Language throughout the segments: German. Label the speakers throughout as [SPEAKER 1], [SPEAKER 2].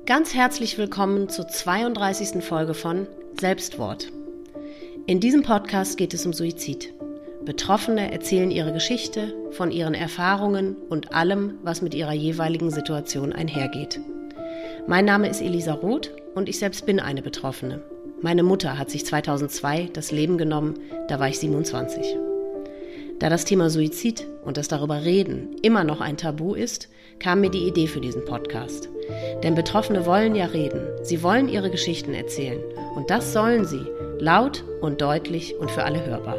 [SPEAKER 1] Ganz herzlich willkommen zur 32. Folge von Selbstwort. In diesem Podcast geht es um Suizid. Betroffene erzählen ihre Geschichte von ihren Erfahrungen und allem, was mit ihrer jeweiligen Situation einhergeht. Mein Name ist Elisa Roth und ich selbst bin eine Betroffene. Meine Mutter hat sich 2002 das Leben genommen, da war ich 27. Da das Thema Suizid und das darüber reden immer noch ein Tabu ist, kam mir die Idee für diesen Podcast. Denn Betroffene wollen ja reden, sie wollen ihre Geschichten erzählen und das sollen sie, laut und deutlich und für alle hörbar.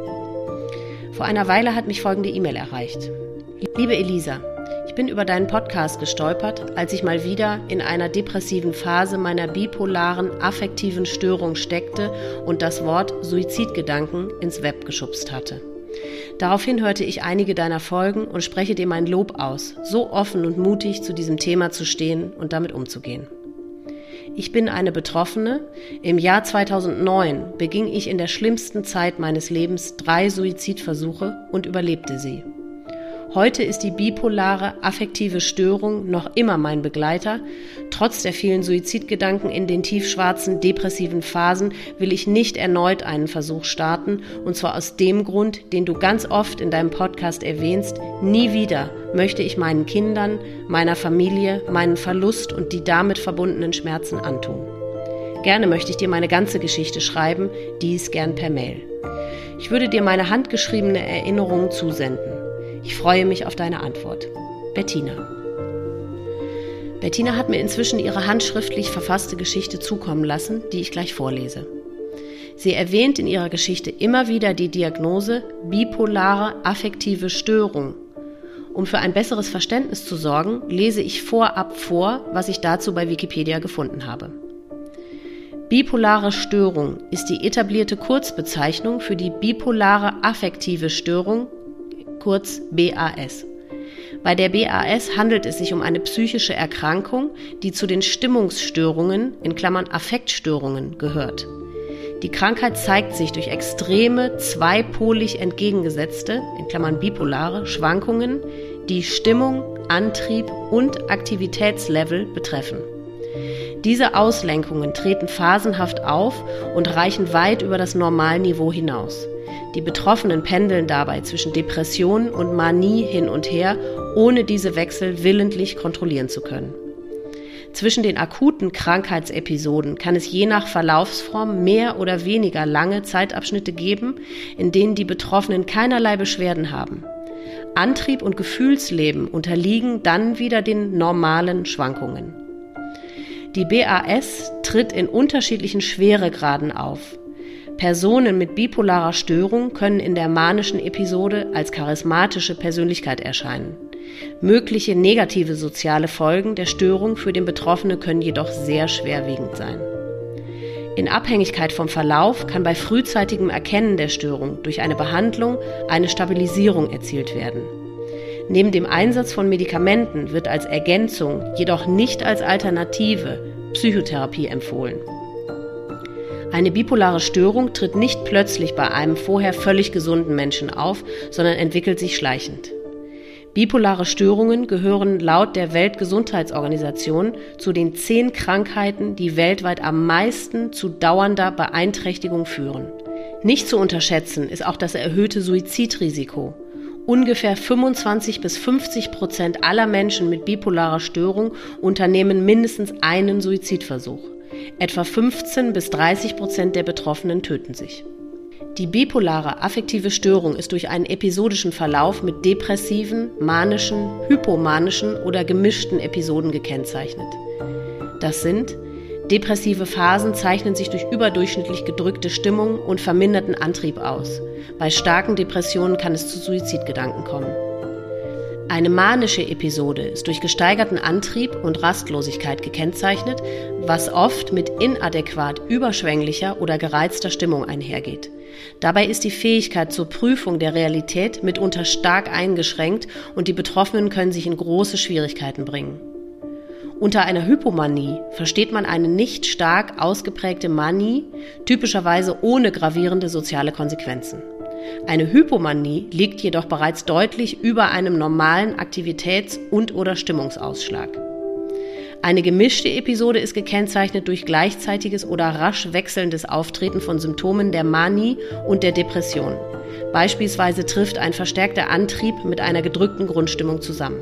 [SPEAKER 1] Vor einer Weile hat mich folgende E-Mail erreicht. Liebe Elisa, ich bin über deinen Podcast gestolpert, als ich mal wieder in einer depressiven Phase meiner bipolaren affektiven Störung steckte und das Wort Suizidgedanken ins Web geschubst hatte. Daraufhin hörte ich einige deiner Folgen und spreche dir mein Lob aus, so offen und mutig zu diesem Thema zu stehen und damit umzugehen. Ich bin eine Betroffene. Im Jahr 2009 beging ich in der schlimmsten Zeit meines Lebens 3 Suizidversuche und überlebte sie. Heute ist die bipolare affektive Störung noch immer mein Begleiter. Trotz der vielen Suizidgedanken in den tiefschwarzen, depressiven Phasen will ich nicht erneut einen Versuch starten, und zwar aus dem Grund, den du ganz oft in deinem Podcast erwähnst: nie wieder möchte ich meinen Kindern, meiner Familie, meinen Verlust und die damit verbundenen Schmerzen antun. Gerne möchte ich dir meine ganze Geschichte schreiben, dies gern per Mail. Ich würde dir meine handgeschriebene Erinnerungen zusenden. Ich freue mich auf deine Antwort. Bettina. Bettina hat mir inzwischen ihre handschriftlich verfasste Geschichte zukommen lassen, die ich gleich vorlese. Sie erwähnt in ihrer Geschichte immer wieder die Diagnose bipolare affektive Störung. Um für ein besseres Verständnis zu sorgen, lese ich vorab vor, was ich dazu bei Wikipedia gefunden habe. Bipolare Störung ist die etablierte Kurzbezeichnung für die bipolare affektive Störung, kurz BAS. Bei der BAS handelt es sich um eine psychische Erkrankung, die zu den Stimmungsstörungen in Klammern Affektstörungen gehört. Die Krankheit zeigt sich durch extreme, zweipolig entgegengesetzte, in Klammern bipolare, Schwankungen, die Stimmung, Antrieb und Aktivitätslevel betreffen. Diese Auslenkungen treten phasenhaft auf und reichen weit über das Normalniveau hinaus. Die Betroffenen pendeln dabei zwischen Depression und Manie hin und her, ohne diese Wechsel willentlich kontrollieren zu können. Zwischen den akuten Krankheitsepisoden kann es je nach Verlaufsform mehr oder weniger lange Zeitabschnitte geben, in denen die Betroffenen keinerlei Beschwerden haben. Antrieb und Gefühlsleben unterliegen dann wieder den normalen Schwankungen. Die BAS tritt in unterschiedlichen Schweregraden auf. Personen mit bipolarer Störung können in der manischen Episode als charismatische Persönlichkeit erscheinen. Mögliche negative soziale Folgen der Störung für den Betroffenen können jedoch sehr schwerwiegend sein. In Abhängigkeit vom Verlauf kann bei frühzeitigem Erkennen der Störung durch eine Behandlung eine Stabilisierung erzielt werden. Neben dem Einsatz von Medikamenten wird als Ergänzung, jedoch nicht als Alternative, Psychotherapie empfohlen. Eine bipolare Störung tritt nicht plötzlich bei einem vorher völlig gesunden Menschen auf, sondern entwickelt sich schleichend. Bipolare Störungen gehören laut der Weltgesundheitsorganisation zu den 10 Krankheiten, die weltweit am meisten zu dauernder Beeinträchtigung führen. Nicht zu unterschätzen ist auch das erhöhte Suizidrisiko. Ungefähr 25-50% aller Menschen mit bipolarer Störung unternehmen mindestens einen Suizidversuch. Etwa 15-30% der Betroffenen töten sich. Die bipolare affektive Störung ist durch einen episodischen Verlauf mit depressiven, manischen, hypomanischen oder gemischten Episoden gekennzeichnet. Das sind: depressive Phasen zeichnen sich durch überdurchschnittlich gedrückte Stimmung und verminderten Antrieb aus. Bei starken Depressionen kann es zu Suizidgedanken kommen. Eine manische Episode ist durch gesteigerten Antrieb und Rastlosigkeit gekennzeichnet, was oft mit inadäquat überschwänglicher oder gereizter Stimmung einhergeht. Dabei ist die Fähigkeit zur Prüfung der Realität mitunter stark eingeschränkt und die Betroffenen können sich in große Schwierigkeiten bringen. Unter einer Hypomanie versteht man eine nicht stark ausgeprägte Manie, typischerweise ohne gravierende soziale Konsequenzen. Eine Hypomanie liegt jedoch bereits deutlich über einem normalen Aktivitäts- und/oder Stimmungsausschlag. Eine gemischte Episode ist gekennzeichnet durch gleichzeitiges oder rasch wechselndes Auftreten von Symptomen der Manie und der Depression. Beispielsweise trifft ein verstärkter Antrieb mit einer gedrückten Grundstimmung zusammen.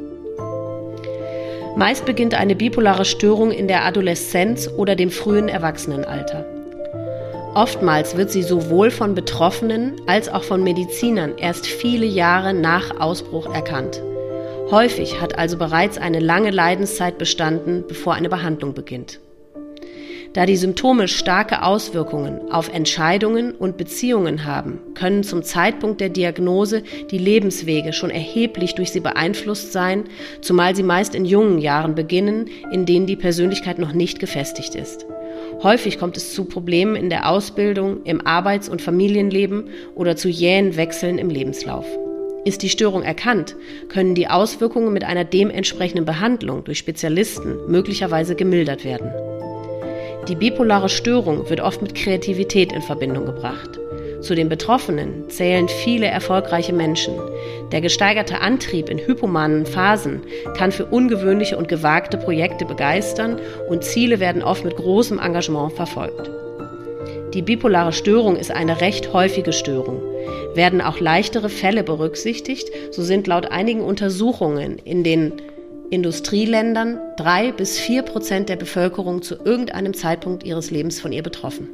[SPEAKER 1] Meist beginnt eine bipolare Störung in der Adoleszenz oder dem frühen Erwachsenenalter. Oftmals wird sie sowohl von Betroffenen als auch von Medizinern erst viele Jahre nach Ausbruch erkannt. Häufig hat also bereits eine lange Leidenszeit bestanden, bevor eine Behandlung beginnt. Da die Symptome starke Auswirkungen auf Entscheidungen und Beziehungen haben, können zum Zeitpunkt der Diagnose die Lebenswege schon erheblich durch sie beeinflusst sein, zumal sie meist in jungen Jahren beginnen, in denen die Persönlichkeit noch nicht gefestigt ist. Häufig kommt es zu Problemen in der Ausbildung, im Arbeits- und Familienleben oder zu jähen Wechseln im Lebenslauf. Ist die Störung erkannt, können die Auswirkungen mit einer dementsprechenden Behandlung durch Spezialisten möglicherweise gemildert werden. Die bipolare Störung wird oft mit Kreativität in Verbindung gebracht. Zu den Betroffenen zählen viele erfolgreiche Menschen. Der gesteigerte Antrieb in hypomanen Phasen kann für ungewöhnliche und gewagte Projekte begeistern und Ziele werden oft mit großem Engagement verfolgt. Die bipolare Störung ist eine recht häufige Störung. Werden auch leichtere Fälle berücksichtigt, so sind laut einigen Untersuchungen in den Industrieländern 3-4% der Bevölkerung zu irgendeinem Zeitpunkt ihres Lebens von ihr betroffen.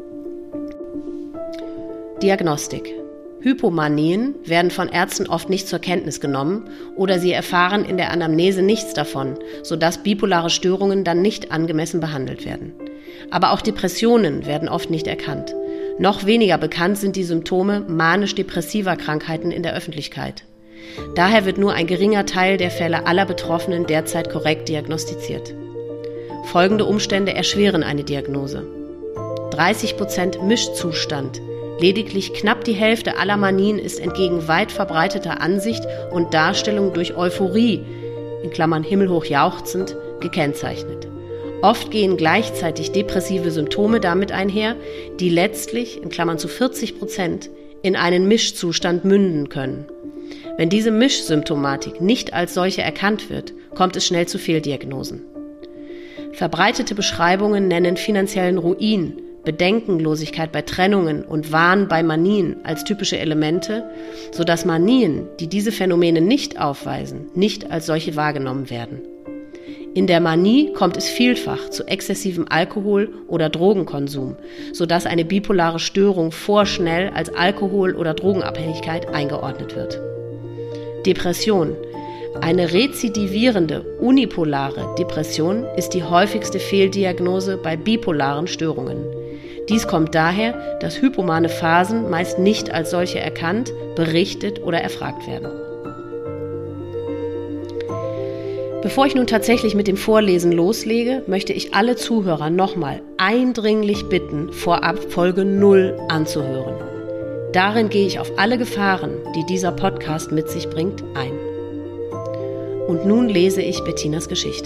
[SPEAKER 1] Diagnostik. Hypomanien werden von Ärzten oft nicht zur Kenntnis genommen oder sie erfahren in der Anamnese nichts davon, sodass bipolare Störungen dann nicht angemessen behandelt werden. Aber auch Depressionen werden oft nicht erkannt. Noch weniger bekannt sind die Symptome manisch-depressiver Krankheiten in der Öffentlichkeit. Daher wird nur ein geringer Teil der Fälle aller Betroffenen derzeit korrekt diagnostiziert. Folgende Umstände erschweren eine Diagnose: 30% Mischzustand. Lediglich knapp die Hälfte aller Manien ist entgegen weit verbreiteter Ansicht und Darstellung durch Euphorie, in Klammern himmelhoch jauchzend, gekennzeichnet. Oft gehen gleichzeitig depressive Symptome damit einher, die letztlich, in Klammern zu 40%, in einen Mischzustand münden können. Wenn diese Mischsymptomatik nicht als solche erkannt wird, kommt es schnell zu Fehldiagnosen. Verbreitete Beschreibungen nennen finanziellen Ruin, Bedenkenlosigkeit bei Trennungen und Wahn bei Manien als typische Elemente, sodass Manien, die diese Phänomene nicht aufweisen, nicht als solche wahrgenommen werden. In der Manie kommt es vielfach zu exzessivem Alkohol- oder Drogenkonsum, sodass eine bipolare Störung vorschnell als Alkohol- oder Drogenabhängigkeit eingeordnet wird. Depression. Eine rezidivierende, unipolare Depression ist die häufigste Fehldiagnose bei bipolaren Störungen. Dies kommt daher, dass hypomane Phasen meist nicht als solche erkannt, berichtet oder erfragt werden. Bevor ich nun tatsächlich mit dem Vorlesen loslege, möchte ich alle Zuhörer nochmal eindringlich bitten, vorab Folge 0 anzuhören. Darin gehe ich auf alle Gefahren, die dieser Podcast mit sich bringt, ein. Und nun lese ich Bettinas Geschichte.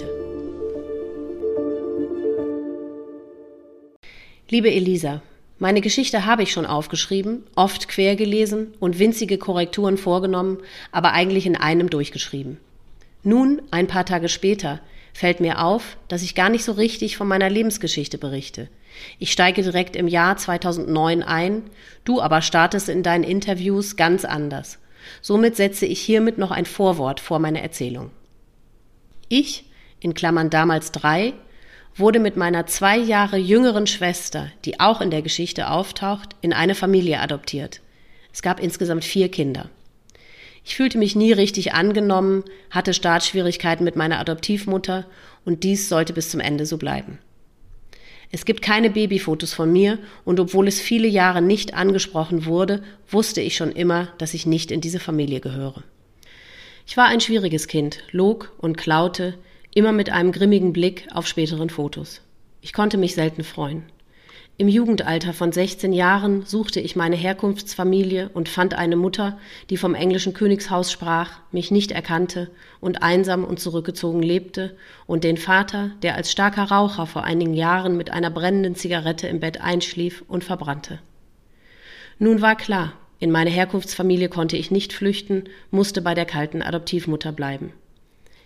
[SPEAKER 1] Liebe Elisa, meine Geschichte habe ich schon aufgeschrieben, oft quer gelesen und winzige Korrekturen vorgenommen, aber eigentlich in einem durchgeschrieben. Nun, ein paar Tage später, fällt mir auf, dass ich gar nicht so richtig von meiner Lebensgeschichte berichte. Ich steige direkt im Jahr 2009 ein, du aber startest in deinen Interviews ganz anders. Somit setze ich hiermit noch ein Vorwort vor meine Erzählung. Ich, in Klammern damals 3, wurde mit meiner 2 Jahre jüngeren Schwester, die auch in der Geschichte auftaucht, in eine Familie adoptiert. Es gab insgesamt 4 Kinder. Ich fühlte mich nie richtig angenommen, hatte Startschwierigkeiten mit meiner Adoptivmutter und dies sollte bis zum Ende so bleiben. Es gibt keine Babyfotos von mir und obwohl es viele Jahre nicht angesprochen wurde, wusste ich schon immer, dass ich nicht in diese Familie gehöre. Ich war ein schwieriges Kind, log und klaute, immer mit einem grimmigen Blick auf späteren Fotos. Ich konnte mich selten freuen. Im Jugendalter von 16 Jahren suchte ich meine Herkunftsfamilie und fand eine Mutter, die vom englischen Königshaus sprach, mich nicht erkannte und einsam und zurückgezogen lebte, und den Vater, der als starker Raucher vor einigen Jahren mit einer brennenden Zigarette im Bett einschlief und verbrannte. Nun war klar, in meine Herkunftsfamilie konnte ich nicht flüchten, musste bei der kalten Adoptivmutter bleiben.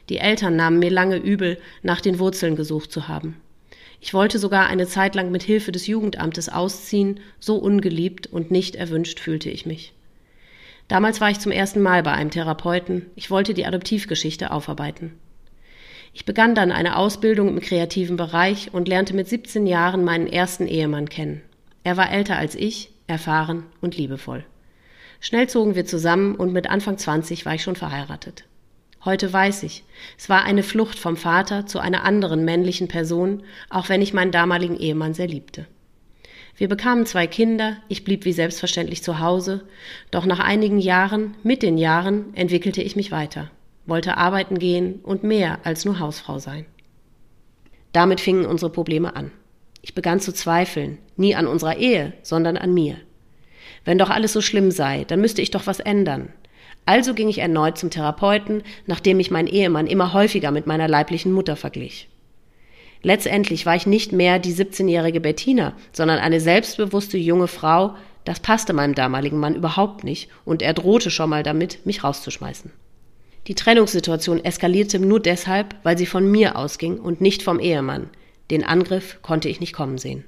[SPEAKER 1] Die Eltern nahmen mir lange übel, nach den Wurzeln gesucht zu haben. Ich wollte sogar eine Zeit lang mit Hilfe des Jugendamtes ausziehen, so ungeliebt und nicht erwünscht fühlte ich mich. Damals war ich zum ersten Mal bei einem Therapeuten, ich wollte die Adoptivgeschichte aufarbeiten. Ich begann dann eine Ausbildung im kreativen Bereich und lernte mit 17 Jahren meinen ersten Ehemann kennen. Er war älter als ich, erfahren und liebevoll. Schnell zogen wir zusammen und mit Anfang 20 war ich schon verheiratet. Heute weiß ich, es war eine Flucht vom Vater zu einer anderen männlichen Person, auch wenn ich meinen damaligen Ehemann sehr liebte. Wir bekamen 2 Kinder, ich blieb wie selbstverständlich zu Hause, doch nach einigen Jahren, mit den Jahren, entwickelte ich mich weiter, wollte arbeiten gehen und mehr als nur Hausfrau sein. Damit fingen unsere Probleme an. Ich begann zu zweifeln, nie an unserer Ehe, sondern an mir. Wenn doch alles so schlimm sei, dann müsste ich doch was ändern. Also ging ich erneut zum Therapeuten, nachdem ich meinen Ehemann immer häufiger mit meiner leiblichen Mutter verglich. Letztendlich war ich nicht mehr die 17-jährige Bettina, sondern eine selbstbewusste junge Frau. Das passte meinem damaligen Mann überhaupt nicht und er drohte schon mal damit, mich rauszuschmeißen. Die Trennungssituation eskalierte nur deshalb, weil sie von mir ausging und nicht vom Ehemann. Den Angriff konnte ich nicht kommen sehen.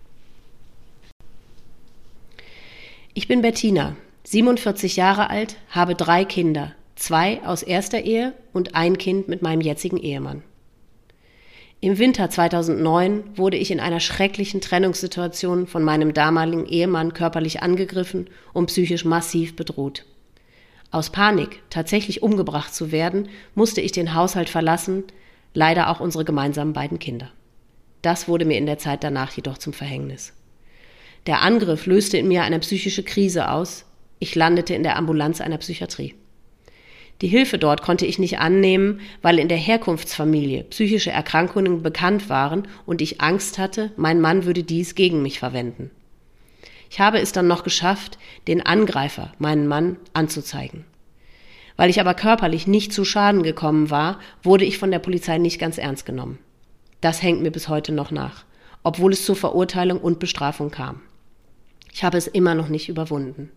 [SPEAKER 1] Ich bin Bettina, 47 Jahre alt, habe 3 Kinder, 2 aus erster Ehe und ein Kind mit meinem jetzigen Ehemann. Im Winter 2009 wurde ich in einer schrecklichen Trennungssituation von meinem damaligen Ehemann körperlich angegriffen und psychisch massiv bedroht. Aus Panik, tatsächlich umgebracht zu werden, musste ich den Haushalt verlassen, leider auch unsere gemeinsamen 2 Kinder. Das wurde mir in der Zeit danach jedoch zum Verhängnis. Der Angriff löste in mir eine psychische Krise aus. Ich landete in der Ambulanz einer Psychiatrie. Die Hilfe dort konnte ich nicht annehmen, weil in der Herkunftsfamilie psychische Erkrankungen bekannt waren und ich Angst hatte, mein Mann würde dies gegen mich verwenden. Ich habe es dann noch geschafft, den Angreifer, meinen Mann, anzuzeigen. Weil ich aber körperlich nicht zu Schaden gekommen war, wurde ich von der Polizei nicht ganz ernst genommen. Das hängt mir bis heute noch nach, obwohl es zur Verurteilung und Bestrafung kam. Ich habe es immer noch nicht überwunden.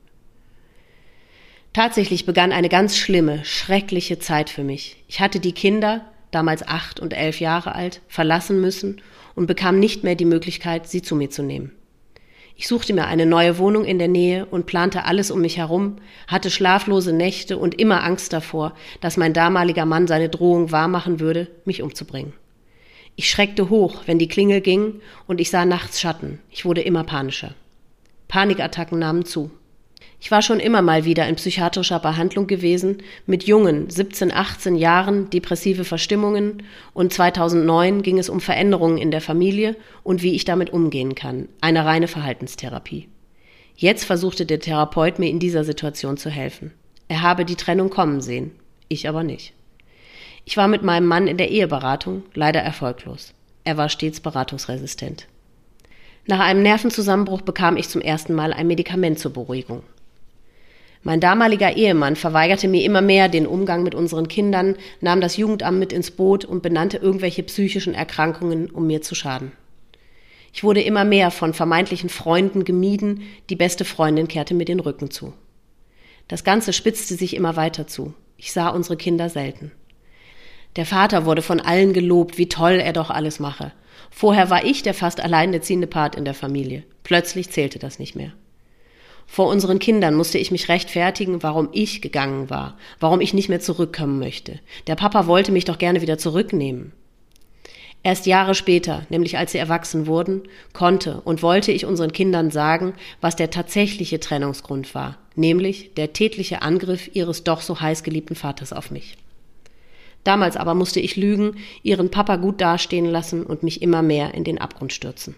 [SPEAKER 1] Tatsächlich begann eine ganz schlimme, schreckliche Zeit für mich. Ich hatte die Kinder, damals 8 und 11 Jahre alt, verlassen müssen und bekam nicht mehr die Möglichkeit, sie zu mir zu nehmen. Ich suchte mir eine neue Wohnung in der Nähe und plante alles um mich herum, hatte schlaflose Nächte und immer Angst davor, dass mein damaliger Mann seine Drohung wahrmachen würde, mich umzubringen. Ich schreckte hoch, wenn die Klingel ging und ich sah nachts Schatten. Ich wurde immer panischer. Panikattacken nahmen zu. Ich war schon immer mal wieder in psychiatrischer Behandlung gewesen, mit jungen, 17, 18 Jahren, depressive Verstimmungen und 2009 ging es um Veränderungen in der Familie und wie ich damit umgehen kann, eine reine Verhaltenstherapie. Jetzt versuchte der Therapeut mir in dieser Situation zu helfen. Er habe die Trennung kommen sehen, ich aber nicht. Ich war mit meinem Mann in der Eheberatung, leider erfolglos. Er war stets beratungsresistent. Nach einem Nervenzusammenbruch bekam ich zum ersten Mal ein Medikament zur Beruhigung. Mein damaliger Ehemann verweigerte mir immer mehr den Umgang mit unseren Kindern, nahm das Jugendamt mit ins Boot und benannte irgendwelche psychischen Erkrankungen, um mir zu schaden. Ich wurde immer mehr von vermeintlichen Freunden gemieden, die beste Freundin kehrte mir den Rücken zu. Das Ganze spitzte sich immer weiter zu. Ich sah unsere Kinder selten. Der Vater wurde von allen gelobt, wie toll er doch alles mache. Vorher war ich der fast alleinerziehende Part in der Familie. Plötzlich zählte das nicht mehr. Vor unseren Kindern musste ich mich rechtfertigen, warum ich gegangen war, warum ich nicht mehr zurückkommen möchte. Der Papa wollte mich doch gerne wieder zurücknehmen. Erst Jahre später, nämlich als sie erwachsen wurden, konnte und wollte ich unseren Kindern sagen, was der tatsächliche Trennungsgrund war, nämlich der tätliche Angriff ihres doch so heiß geliebten Vaters auf mich. Damals aber musste ich lügen, ihren Papa gut dastehen lassen und mich immer mehr in den Abgrund stürzen.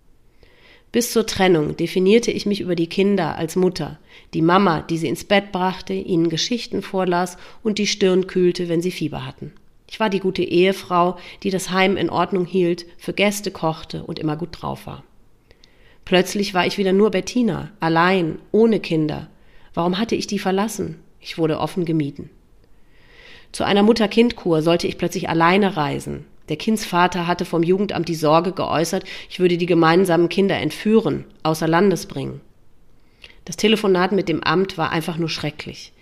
[SPEAKER 1] Bis zur Trennung definierte ich mich über die Kinder als Mutter, die Mama, die sie ins Bett brachte, ihnen Geschichten vorlas und die Stirn kühlte, wenn sie Fieber hatten. Ich war die gute Ehefrau, die das Heim in Ordnung hielt, für Gäste kochte und immer gut drauf war. Plötzlich war ich wieder nur Bettina, allein, ohne Kinder. Warum hatte ich die verlassen? Ich wurde offen gemieden. Zu einer Mutter-Kind-Kur sollte ich plötzlich alleine reisen. Der Kindsvater hatte vom Jugendamt die Sorge geäußert, ich würde die gemeinsamen Kinder entführen, außer Landes bringen. Das Telefonat mit dem Amt war einfach nur schrecklich.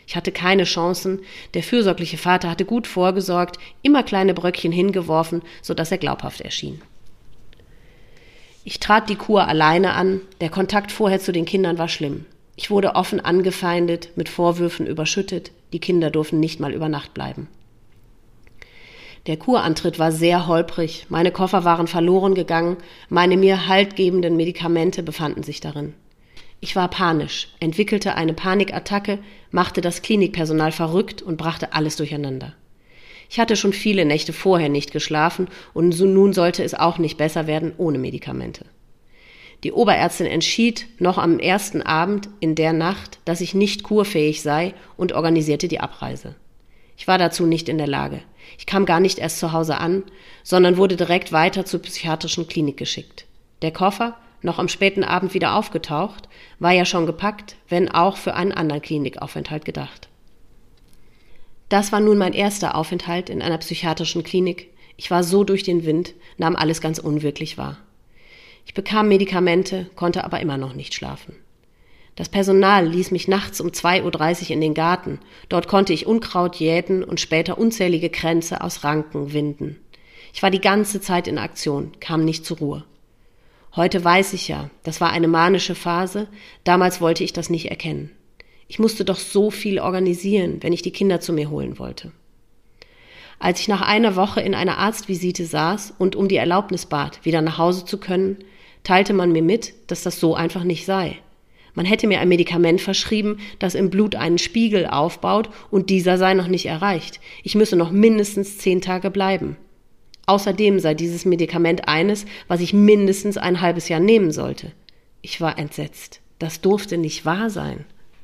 [SPEAKER 1] Ich hatte keine Chancen, der fürsorgliche Vater hatte gut vorgesorgt, immer kleine Bröckchen hingeworfen, sodass er glaubhaft erschien. Ich trat die Kur alleine an, der Kontakt vorher zu den Kindern war schlimm. Ich wurde offen angefeindet, mit Vorwürfen überschüttet, die Kinder durften nicht mal über Nacht bleiben. Der Kurantritt war sehr holprig, meine Koffer waren verloren gegangen, meine mir haltgebenden Medikamente befanden sich darin. Ich war panisch, entwickelte eine Panikattacke, machte das Klinikpersonal verrückt und brachte alles durcheinander. Ich hatte schon viele Nächte vorher nicht geschlafen und nun sollte es auch nicht besser werden ohne Medikamente. Die Oberärztin entschied noch am ersten Abend in der Nacht, dass ich nicht kurfähig sei und organisierte die Abreise. Ich war dazu nicht in der Lage. Ich kam gar nicht erst zu Hause an, sondern wurde direkt weiter zur psychiatrischen Klinik geschickt. Der Koffer, noch am späten Abend wieder aufgetaucht, war ja schon gepackt, wenn auch für einen anderen Klinikaufenthalt gedacht. Das war nun mein erster Aufenthalt in einer psychiatrischen Klinik. Ich war so durch den Wind, nahm alles ganz unwirklich wahr. Ich bekam Medikamente, konnte aber immer noch nicht schlafen. Das Personal ließ mich nachts um 2:30 Uhr in den Garten. Dort konnte ich Unkraut jäten und später unzählige Kränze aus Ranken winden. Ich war die ganze Zeit in Aktion, kam nicht zur Ruhe. Heute weiß ich ja, das war eine manische Phase, damals wollte ich das nicht erkennen. Ich musste doch so viel organisieren, wenn ich die Kinder zu mir holen wollte. Als ich nach einer Woche in einer Arztvisite saß und um die Erlaubnis bat, wieder nach Hause zu können, teilte man mir mit, dass das so einfach nicht sei. Man hätte mir ein Medikament verschrieben, das im Blut einen Spiegel aufbaut und dieser sei noch nicht erreicht. Ich müsse noch mindestens 10 Tage bleiben. Außerdem sei dieses Medikament eines, was ich mindestens ein halbes Jahr nehmen sollte. Ich war entsetzt. Das durfte nicht wahr sein.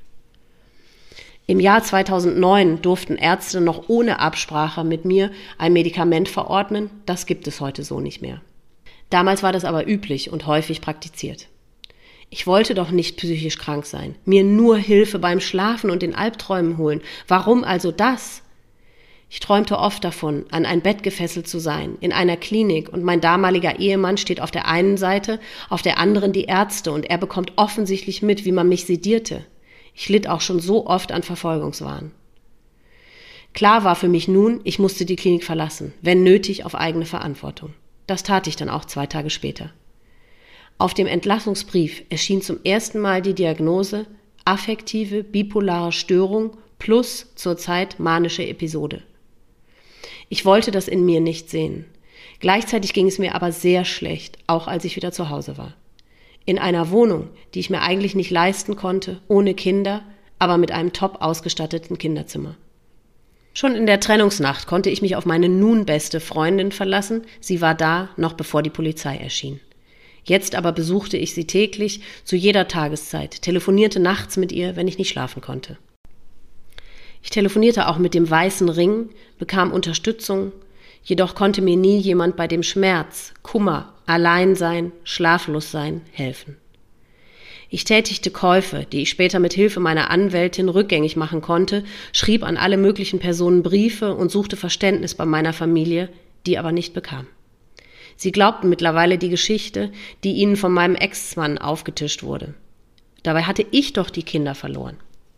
[SPEAKER 1] Im Jahr 2009 durften Ärzte noch ohne Absprache mit mir ein Medikament verordnen. Das gibt es heute so nicht mehr. Damals war das aber üblich und häufig praktiziert. Ich wollte doch nicht psychisch krank sein, mir nur Hilfe beim Schlafen und den Albträumen holen. Warum also das? Ich träumte oft davon, an ein Bett gefesselt zu sein, in einer Klinik, und mein damaliger Ehemann steht auf der einen Seite, auf der anderen die Ärzte, und er bekommt offensichtlich mit, wie man mich sedierte. Ich litt auch schon so oft an Verfolgungswahn. Klar war für mich nun, ich musste die Klinik verlassen, wenn nötig auf eigene Verantwortung. Das tat ich dann auch 2 Tage später. Auf dem Entlassungsbrief erschien zum ersten Mal die Diagnose affektive bipolare Störung plus zurzeit manische Episode. Ich wollte das in mir nicht sehen. Gleichzeitig ging es mir aber sehr schlecht, auch als ich wieder zu Hause war. In einer Wohnung, die ich mir eigentlich nicht leisten konnte, ohne Kinder, aber mit einem top ausgestatteten Kinderzimmer. Schon in der Trennungsnacht konnte ich mich auf meine nun beste Freundin verlassen. Sie war da, noch bevor die Polizei erschien. Jetzt aber besuchte ich sie täglich, zu jeder Tageszeit, telefonierte nachts mit ihr, wenn ich nicht schlafen konnte. Ich telefonierte auch mit dem Weißen Ring, bekam Unterstützung, jedoch konnte mir nie jemand bei dem Schmerz, Kummer, Alleinsein, Schlaflossein helfen. Ich tätigte Käufe, die ich später mit Hilfe meiner Anwältin rückgängig machen konnte, schrieb an alle möglichen Personen Briefe und suchte Verständnis bei meiner Familie, die aber nicht bekam. Sie glaubten mittlerweile die Geschichte, die ihnen von meinem Ex-Mann aufgetischt wurde. Dabei hatte ich doch die Kinder verloren.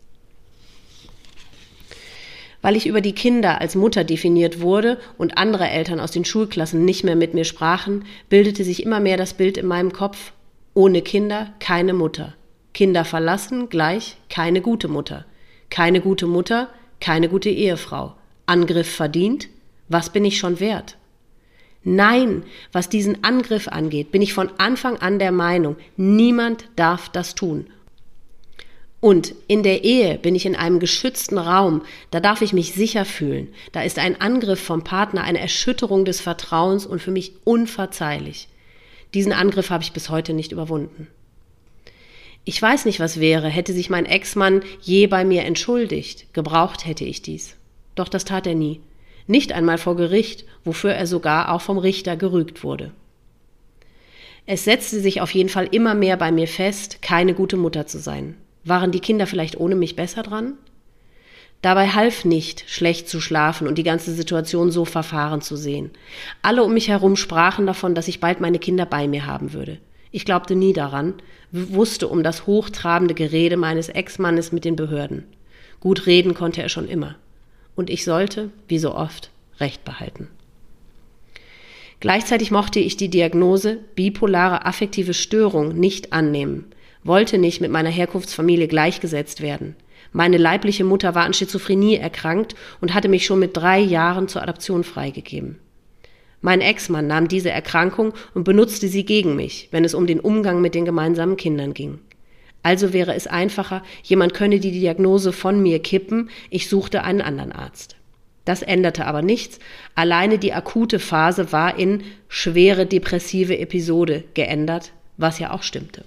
[SPEAKER 1] Weil ich über die Kinder als Mutter definiert wurde und andere Eltern aus den Schulklassen nicht mehr mit mir sprachen, bildete sich immer mehr das Bild in meinem Kopf: ohne Kinder keine Mutter. Kinder verlassen gleich keine gute Mutter. Keine gute Mutter, keine gute Ehefrau. Angriff verdient? Was bin ich schon wert? Nein, was diesen Angriff angeht, bin ich von Anfang an der Meinung, niemand darf das tun. Und in der Ehe bin ich in einem geschützten Raum, da darf ich mich sicher fühlen. Da ist ein Angriff vom Partner eine Erschütterung des Vertrauens und für mich unverzeihlich. Diesen Angriff habe ich bis heute nicht überwunden. Ich weiß nicht, was wäre, hätte sich mein Ex-Mann je bei mir entschuldigt. Gebraucht hätte ich dies. Doch das tat er nie. Nicht einmal vor Gericht, wofür er sogar auch vom Richter gerügt wurde. Es setzte sich auf jeden Fall immer mehr bei mir fest, keine gute Mutter zu sein. Waren die Kinder vielleicht ohne mich besser dran? Dabei half nicht, schlecht zu schlafen und die ganze Situation so verfahren zu sehen. Alle um mich herum sprachen davon, dass ich bald meine Kinder bei mir haben würde. Ich glaubte nie daran, wusste um das hochtrabende Gerede meines Ex-Mannes mit den Behörden. Gut reden konnte er schon immer. Und ich sollte, wie so oft, Recht behalten. Gleichzeitig mochte ich die Diagnose bipolare affektive Störung nicht annehmen, wollte nicht mit meiner Herkunftsfamilie gleichgesetzt werden. Meine leibliche Mutter war an Schizophrenie erkrankt und hatte mich schon mit 3 Jahren zur Adoption freigegeben. Mein Ex-Mann nahm diese Erkrankung und benutzte sie gegen mich, wenn es um den Umgang mit den gemeinsamen Kindern ging. Also wäre es einfacher, jemand könne die Diagnose von mir kippen, ich suchte einen anderen Arzt. Das änderte aber nichts, alleine die akute Phase war in schwere depressive Episode geändert, was ja auch stimmte.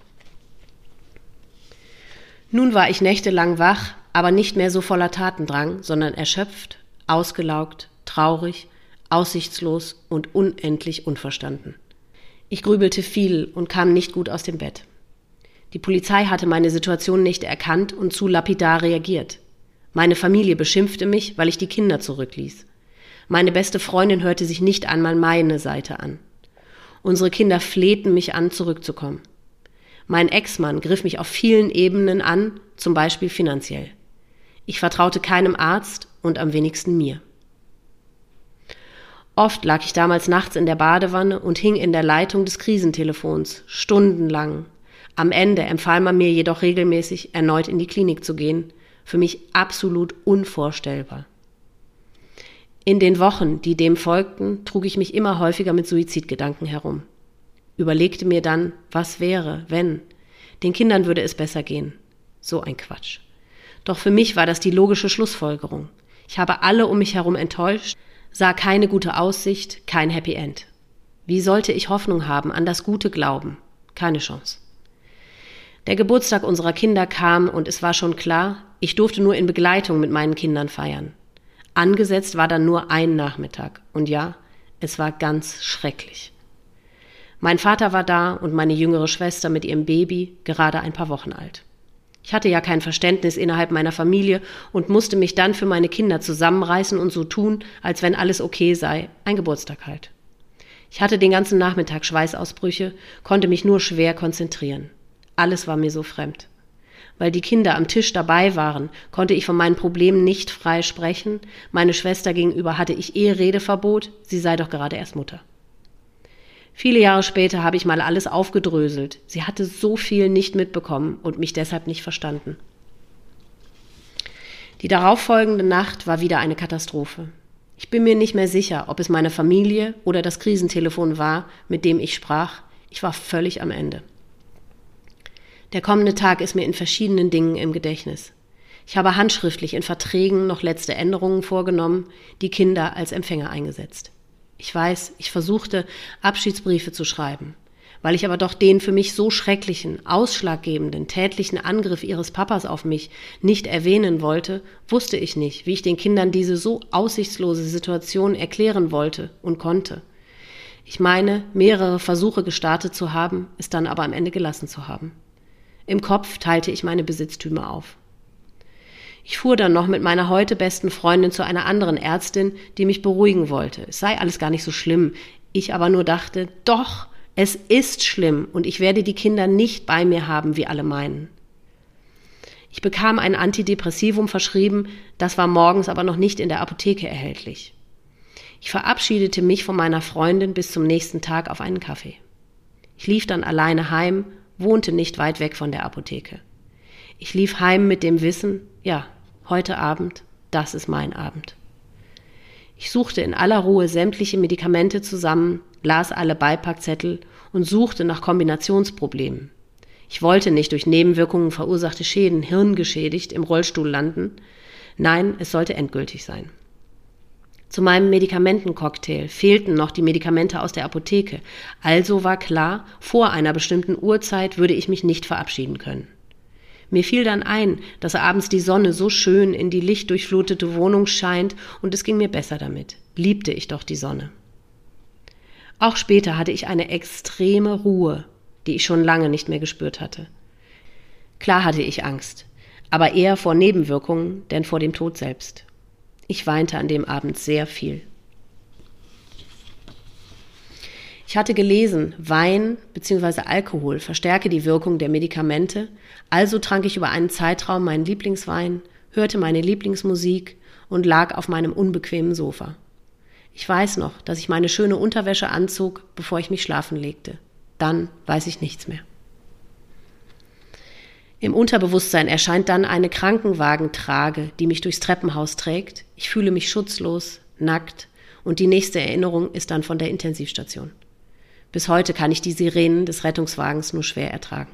[SPEAKER 1] Nun war ich nächtelang wach, aber nicht mehr so voller Tatendrang, sondern erschöpft, ausgelaugt, traurig, aussichtslos und unendlich unverstanden. Ich grübelte viel und kam nicht gut aus dem Bett. Die Polizei hatte meine Situation nicht erkannt und zu lapidar reagiert. Meine Familie beschimpfte mich, weil ich die Kinder zurückließ. Meine beste Freundin hörte sich nicht einmal meine Seite an. Unsere Kinder flehten mich an, zurückzukommen. Mein Ex-Mann griff mich auf vielen Ebenen an, zum Beispiel finanziell. Ich vertraute keinem Arzt und am wenigsten mir. Oft lag ich damals nachts in der Badewanne und hing in der Leitung des Krisentelefons, stundenlang. Am Ende empfahl man mir jedoch regelmäßig, erneut in die Klinik zu gehen. Für mich absolut unvorstellbar. In den Wochen, die dem folgten, trug ich mich immer häufiger mit Suizidgedanken herum. Überlegte mir dann, was wäre, wenn? Den Kindern würde es besser gehen. So ein Quatsch. Doch für mich war das die logische Schlussfolgerung. Ich habe alle um mich herum enttäuscht, sah keine gute Aussicht, kein Happy End. Wie sollte ich Hoffnung haben, an das Gute glauben? Keine Chance. Der Geburtstag unserer Kinder kam und es war schon klar, ich durfte nur in Begleitung mit meinen Kindern feiern. Angesetzt war dann nur ein Nachmittag. Und ja, es war ganz schrecklich. Mein Vater war da und meine jüngere Schwester mit ihrem Baby, gerade ein paar Wochen alt. Ich hatte ja kein Verständnis innerhalb meiner Familie und musste mich dann für meine Kinder zusammenreißen und so tun, als wenn alles okay sei, ein Geburtstag halt. Ich hatte den ganzen Nachmittag Schweißausbrüche, konnte mich nur schwer konzentrieren. Alles war mir so fremd. Weil die Kinder am Tisch dabei waren, konnte ich von meinen Problemen nicht frei sprechen. Meine Schwester gegenüber hatte ich Redeverbot, sie sei doch gerade erst Mutter. Viele Jahre später habe ich mal alles aufgedröselt. Sie hatte so viel nicht mitbekommen und mich deshalb nicht verstanden. Die darauffolgende Nacht war wieder eine Katastrophe. Ich bin mir nicht mehr sicher, ob es meine Familie oder das Krisentelefon war, mit dem ich sprach. Ich war völlig am Ende. Der kommende Tag ist mir in verschiedenen Dingen im Gedächtnis. Ich habe handschriftlich in Verträgen noch letzte Änderungen vorgenommen, die Kinder als Empfänger eingesetzt. Ich weiß, ich versuchte, Abschiedsbriefe zu schreiben. Weil ich aber doch den für mich so schrecklichen, ausschlaggebenden, tätlichen Angriff ihres Papas auf mich nicht erwähnen wollte, wusste ich nicht, wie ich den Kindern diese so aussichtslose Situation erklären wollte und konnte. Ich meine, mehrere Versuche gestartet zu haben, es dann aber am Ende gelassen zu haben. Im Kopf teilte ich meine Besitztümer auf. Ich fuhr dann noch mit meiner heute besten Freundin zu einer anderen Ärztin, die mich beruhigen wollte. Es sei alles gar nicht so schlimm. Ich aber nur dachte, doch, es ist schlimm und ich werde die Kinder nicht bei mir haben, wie alle meinen. Ich bekam ein Antidepressivum verschrieben, das war morgens aber noch nicht in der Apotheke erhältlich. Ich verabschiedete mich von meiner Freundin bis zum nächsten Tag auf einen Kaffee. Ich lief dann alleine heim, wohnte nicht weit weg von der Apotheke. Ich lief heim mit dem Wissen, ja, heute Abend, das ist mein Abend. Ich suchte in aller Ruhe sämtliche Medikamente zusammen, las alle Beipackzettel und suchte nach Kombinationsproblemen. Ich wollte nicht durch Nebenwirkungen verursachte Schäden hirngeschädigt im Rollstuhl landen. Nein, es sollte endgültig sein. Zu meinem Medikamentencocktail fehlten noch die Medikamente aus der Apotheke, also war klar, vor einer bestimmten Uhrzeit würde ich mich nicht verabschieden können. Mir fiel dann ein, dass abends die Sonne so schön in die lichtdurchflutete Wohnung scheint und es ging mir besser damit. Liebte ich doch die Sonne. Auch später hatte ich eine extreme Ruhe, die ich schon lange nicht mehr gespürt hatte. Klar hatte ich Angst, aber eher vor Nebenwirkungen, denn vor dem Tod selbst. Ich weinte an dem Abend sehr viel. Ich hatte gelesen, Wein bzw. Alkohol verstärke die Wirkung der Medikamente, also trank ich über einen Zeitraum meinen Lieblingswein, hörte meine Lieblingsmusik und lag auf meinem unbequemen Sofa. Ich weiß noch, dass ich meine schöne Unterwäsche anzog, bevor ich mich schlafen legte. Dann weiß ich nichts mehr. Im Unterbewusstsein erscheint dann eine Krankenwagentrage, die mich durchs Treppenhaus trägt. Ich fühle mich schutzlos, nackt und die nächste Erinnerung ist dann von der Intensivstation. Bis heute kann ich die Sirenen des Rettungswagens nur schwer ertragen.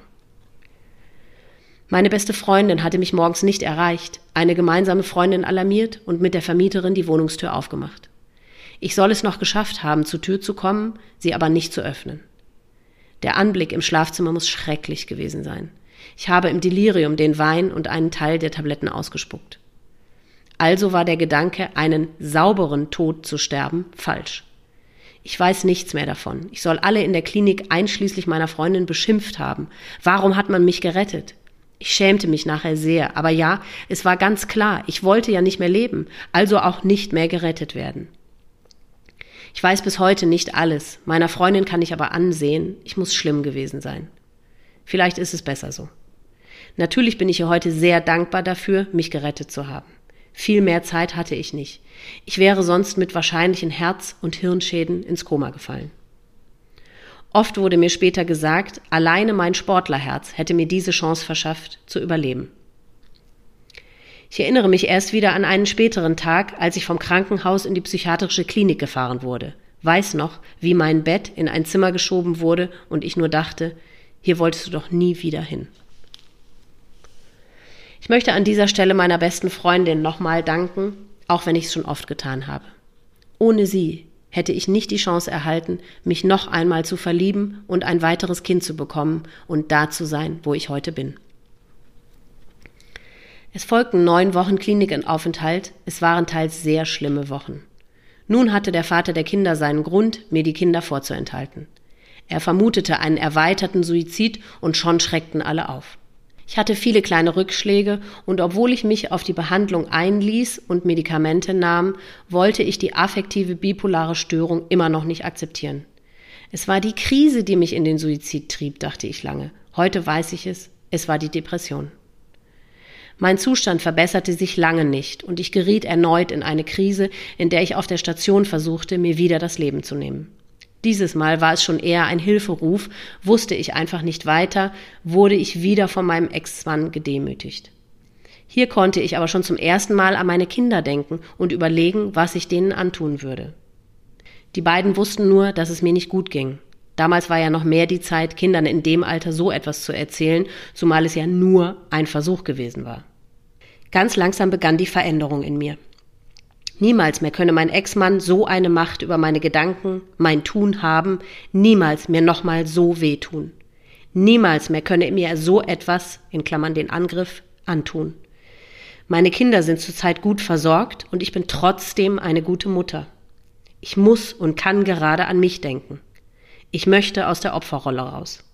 [SPEAKER 1] Meine beste Freundin hatte mich morgens nicht erreicht, eine gemeinsame Freundin alarmiert und mit der Vermieterin die Wohnungstür aufgemacht. Ich soll es noch geschafft haben, zur Tür zu kommen, sie aber nicht zu öffnen. Der Anblick im Schlafzimmer muss schrecklich gewesen sein. Ich habe im Delirium den Wein und einen Teil der Tabletten ausgespuckt. Also war der Gedanke, einen sauberen Tod zu sterben, falsch. Ich weiß nichts mehr davon. Ich soll alle in der Klinik einschließlich meiner Freundin beschimpft haben. Warum hat man mich gerettet? Ich schämte mich nachher sehr, aber ja, es war ganz klar, ich wollte ja nicht mehr leben, also auch nicht mehr gerettet werden. Ich weiß bis heute nicht alles, meiner Freundin kann ich aber ansehen, ich muss schlimm gewesen sein. Vielleicht ist es besser so. Natürlich bin ich ihr heute sehr dankbar dafür, mich gerettet zu haben. Viel mehr Zeit hatte ich nicht. Ich wäre sonst mit wahrscheinlichen Herz- und Hirnschäden ins Koma gefallen. Oft wurde mir später gesagt, alleine mein Sportlerherz hätte mir diese Chance verschafft, zu überleben. Ich erinnere mich erst wieder an einen späteren Tag, als ich vom Krankenhaus in die psychiatrische Klinik gefahren wurde. Weiß noch, wie mein Bett in ein Zimmer geschoben wurde und ich nur dachte, hier wolltest du doch nie wieder hin. Ich möchte an dieser Stelle meiner besten Freundin nochmal danken, auch wenn ich es schon oft getan habe. Ohne sie hätte ich nicht die Chance erhalten, mich noch einmal zu verlieben und ein weiteres Kind zu bekommen und da zu sein, wo ich heute bin. Es folgten 9 Wochen Klinikaufenthalt, es waren teils sehr schlimme Wochen. Nun hatte der Vater der Kinder seinen Grund, mir die Kinder vorzuenthalten. Er vermutete einen erweiterten Suizid und schon schreckten alle auf. Ich hatte viele kleine Rückschläge und obwohl ich mich auf die Behandlung einließ und Medikamente nahm, wollte ich die affektive bipolare Störung immer noch nicht akzeptieren. Es war die Krise, die mich in den Suizid trieb, dachte ich lange. Heute weiß ich es war die Depression. Mein Zustand verbesserte sich lange nicht und ich geriet erneut in eine Krise, in der ich auf der Station versuchte, mir wieder das Leben zu nehmen. Dieses Mal war es schon eher ein Hilferuf, wusste ich einfach nicht weiter, wurde ich wieder von meinem Ex-Mann gedemütigt. Hier konnte ich aber schon zum ersten Mal an meine Kinder denken und überlegen, was ich denen antun würde. Die beiden wussten nur, dass es mir nicht gut ging. Damals war ja noch mehr die Zeit, Kindern in dem Alter so etwas zu erzählen, zumal es ja nur ein Versuch gewesen war. Ganz langsam begann die Veränderung in mir. Niemals mehr könne mein Ex-Mann so eine Macht über meine Gedanken, mein Tun haben, niemals mir nochmal so wehtun. Niemals mehr könne mir so etwas, in Klammern den Angriff, antun. Meine Kinder sind zurzeit gut versorgt und ich bin trotzdem eine gute Mutter. Ich muss und kann gerade an mich denken. Ich möchte aus der Opferrolle raus.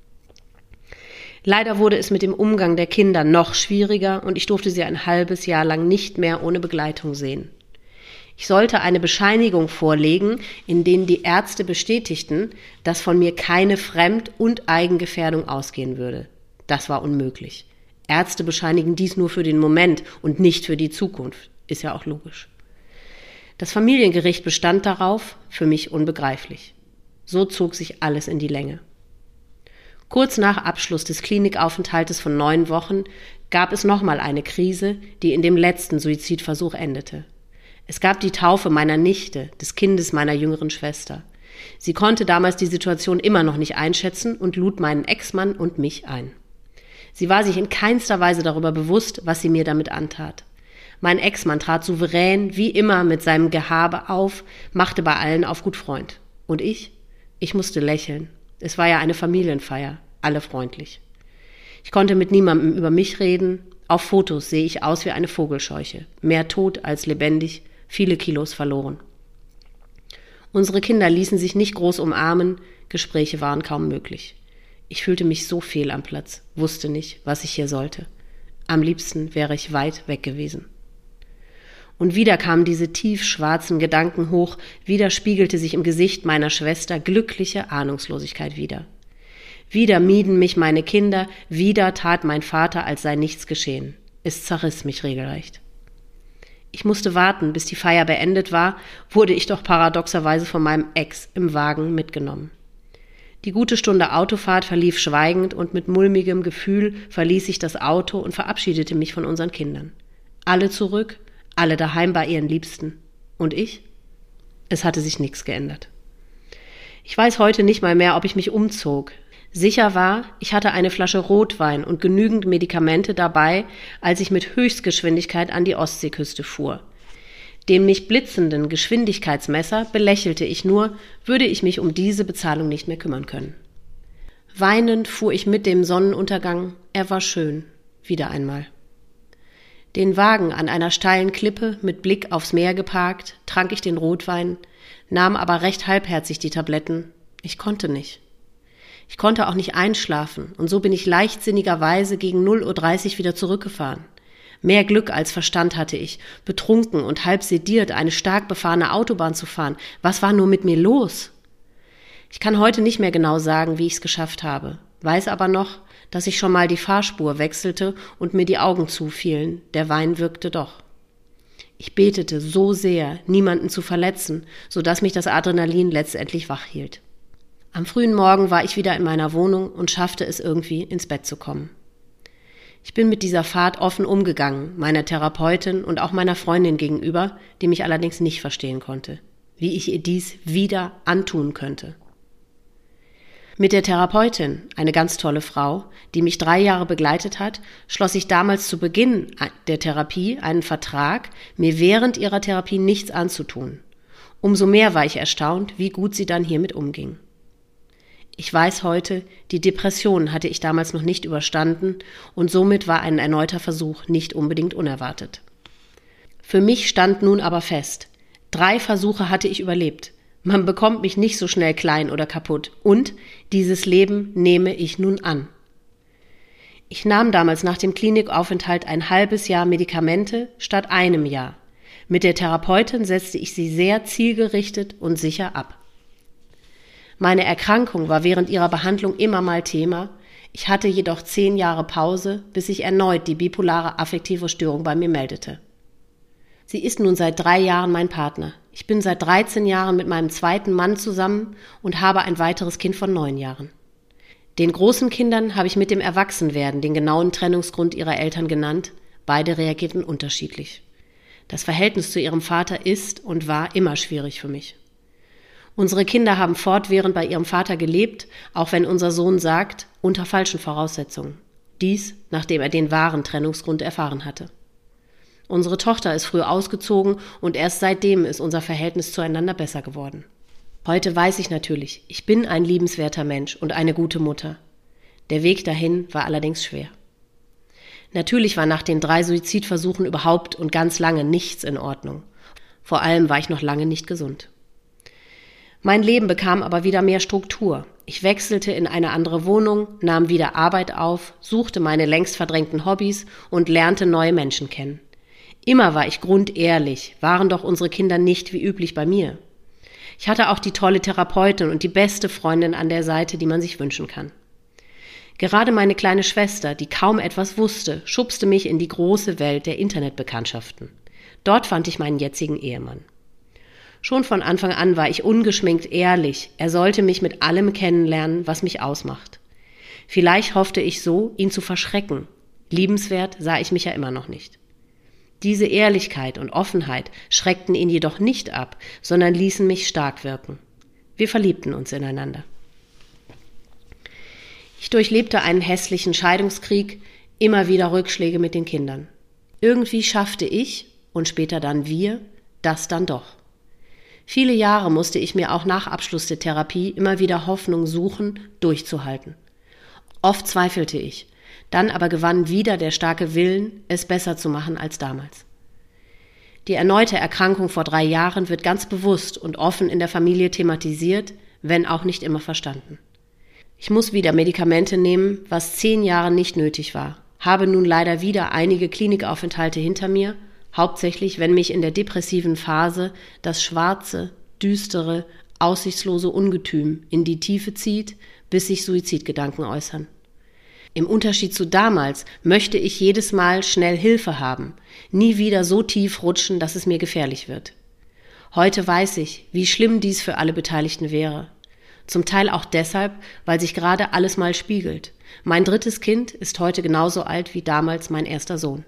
[SPEAKER 1] Leider wurde es mit dem Umgang der Kinder noch schwieriger und ich durfte sie ein halbes Jahr lang nicht mehr ohne Begleitung sehen. Ich sollte eine Bescheinigung vorlegen, in denen die Ärzte bestätigten, dass von mir keine Fremd- und Eigengefährdung ausgehen würde. Das war unmöglich. Ärzte bescheinigen dies nur für den Moment und nicht für die Zukunft. Ist ja auch logisch. Das Familiengericht bestand darauf, für mich unbegreiflich. So zog sich alles in die Länge. Kurz nach Abschluss des Klinikaufenthaltes von 9 Wochen gab es nochmal eine Krise, die in dem letzten Suizidversuch endete. Es gab die Taufe meiner Nichte, des Kindes meiner jüngeren Schwester. Sie konnte damals die Situation immer noch nicht einschätzen und lud meinen Ex-Mann und mich ein. Sie war sich in keinster Weise darüber bewusst, was sie mir damit antat. Mein Ex-Mann trat souverän, wie immer, mit seinem Gehabe auf, machte bei allen auf gut Freund. Und ich? Ich musste lächeln. Es war ja eine Familienfeier, alle freundlich. Ich konnte mit niemandem über mich reden. Auf Fotos sehe ich aus wie eine Vogelscheuche. Mehr tot als lebendig, viele Kilos verloren. Unsere Kinder ließen sich nicht groß umarmen, Gespräche waren kaum möglich. Ich fühlte mich so fehl am Platz, wusste nicht, was ich hier sollte. Am liebsten wäre ich weit weg gewesen. Und wieder kamen diese tiefschwarzen Gedanken hoch, wieder spiegelte sich im Gesicht meiner Schwester glückliche Ahnungslosigkeit wider. Wieder mieden mich meine Kinder, wieder tat mein Vater, als sei nichts geschehen. Es zerriss mich regelrecht. Ich musste warten, bis die Feier beendet war, wurde ich doch paradoxerweise von meinem Ex im Wagen mitgenommen. Die gute Stunde Autofahrt verlief schweigend und mit mulmigem Gefühl verließ ich das Auto und verabschiedete mich von unseren Kindern. Alle zurück, alle daheim bei ihren Liebsten. Und ich? Es hatte sich nichts geändert. Ich weiß heute nicht mal mehr, ob ich mich umzog. Sicher war, ich hatte eine Flasche Rotwein und genügend Medikamente dabei, als ich mit Höchstgeschwindigkeit an die Ostseeküste fuhr. Den mich blitzenden Geschwindigkeitsmesser belächelte ich nur, würde ich mich um diese Bezahlung nicht mehr kümmern können. Weinend fuhr ich mit dem Sonnenuntergang, er war schön, wieder einmal. Den Wagen an einer steilen Klippe mit Blick aufs Meer geparkt, trank ich den Rotwein, nahm aber recht halbherzig die Tabletten. Ich konnte nicht. Ich konnte auch nicht einschlafen und so bin ich leichtsinnigerweise gegen 0:30 Uhr wieder zurückgefahren. Mehr Glück als Verstand hatte ich, betrunken und halb sediert eine stark befahrene Autobahn zu fahren. Was war nur mit mir los? Ich kann heute nicht mehr genau sagen, wie ich es geschafft habe, weiß aber noch, dass ich schon mal die Fahrspur wechselte und mir die Augen zufielen. Der Wein wirkte doch. Ich betete so sehr, niemanden zu verletzen, sodass mich das Adrenalin letztendlich wach hielt. Am frühen Morgen war ich wieder in meiner Wohnung und schaffte es irgendwie, ins Bett zu kommen. Ich bin mit dieser Fahrt offen umgegangen, meiner Therapeutin und auch meiner Freundin gegenüber, die mich allerdings nicht verstehen konnte, wie ich ihr dies wieder antun könnte. Mit der Therapeutin, eine ganz tolle Frau, die mich 3 Jahre begleitet hat, schloss ich damals zu Beginn der Therapie einen Vertrag, mir während ihrer Therapie nichts anzutun. Umso mehr war ich erstaunt, wie gut sie dann hiermit umging. Ich weiß heute, die Depression hatte ich damals noch nicht überstanden und somit war ein erneuter Versuch nicht unbedingt unerwartet. Für mich stand nun aber fest, 3 Versuche hatte ich überlebt. Man bekommt mich nicht so schnell klein oder kaputt und dieses Leben nehme ich nun an. Ich nahm damals nach dem Klinikaufenthalt ein halbes Jahr Medikamente statt einem Jahr. Mit der Therapeutin setzte ich sie sehr zielgerichtet und sicher ab. Meine Erkrankung war während ihrer Behandlung immer mal Thema. Ich hatte jedoch 10 Jahre Pause, bis sich erneut die bipolare affektive Störung bei mir meldete. Sie ist nun seit 3 Jahren mein Partner. Ich bin seit 13 Jahren mit meinem zweiten Mann zusammen und habe ein weiteres Kind von 9 Jahren. Den großen Kindern habe ich mit dem Erwachsenwerden den genauen Trennungsgrund ihrer Eltern genannt. Beide reagierten unterschiedlich. Das Verhältnis zu ihrem Vater ist und war immer schwierig für mich. Unsere Kinder haben fortwährend bei ihrem Vater gelebt, auch wenn unser Sohn sagt, unter falschen Voraussetzungen. Dies, nachdem er den wahren Trennungsgrund erfahren hatte. Unsere Tochter ist früh ausgezogen und erst seitdem ist unser Verhältnis zueinander besser geworden. Heute weiß ich natürlich, ich bin ein liebenswerter Mensch und eine gute Mutter. Der Weg dahin war allerdings schwer. Natürlich war nach den 3 Suizidversuchen überhaupt und ganz lange nichts in Ordnung. Vor allem war ich noch lange nicht gesund. Mein Leben bekam aber wieder mehr Struktur. Ich wechselte in eine andere Wohnung, nahm wieder Arbeit auf, suchte meine längst verdrängten Hobbys und lernte neue Menschen kennen. Immer war ich grundehrlich, waren doch unsere Kinder nicht wie üblich bei mir. Ich hatte auch die tolle Therapeutin und die beste Freundin an der Seite, die man sich wünschen kann. Gerade meine kleine Schwester, die kaum etwas wusste, schubste mich in die große Welt der Internetbekanntschaften. Dort fand ich meinen jetzigen Ehemann. Schon von Anfang an war ich ungeschminkt ehrlich, er sollte mich mit allem kennenlernen, was mich ausmacht. Vielleicht hoffte ich so, ihn zu verschrecken. Liebenswert sah ich mich ja immer noch nicht. Diese Ehrlichkeit und Offenheit schreckten ihn jedoch nicht ab, sondern ließen mich stark wirken. Wir verliebten uns ineinander. Ich durchlebte einen hässlichen Scheidungskrieg, immer wieder Rückschläge mit den Kindern. Irgendwie schaffte ich, und später dann wir, das dann doch. Viele Jahre musste ich mir auch nach Abschluss der Therapie immer wieder Hoffnung suchen, durchzuhalten. Oft zweifelte ich, dann aber gewann wieder der starke Willen, es besser zu machen als damals. Die erneute Erkrankung vor 3 Jahren wird ganz bewusst und offen in der Familie thematisiert, wenn auch nicht immer verstanden. Ich muss wieder Medikamente nehmen, was 10 Jahre nicht nötig war, habe nun leider wieder einige Klinikaufenthalte hinter mir, hauptsächlich wenn mich in der depressiven Phase das schwarze, düstere, aussichtslose Ungetüm in die Tiefe zieht, bis sich Suizidgedanken äußern. Im Unterschied zu damals möchte ich jedes Mal schnell Hilfe haben, nie wieder so tief rutschen, dass es mir gefährlich wird. Heute weiß ich, wie schlimm dies für alle Beteiligten wäre. Zum Teil auch deshalb, weil sich gerade alles mal spiegelt. Mein drittes Kind ist heute genauso alt wie damals mein erster Sohn.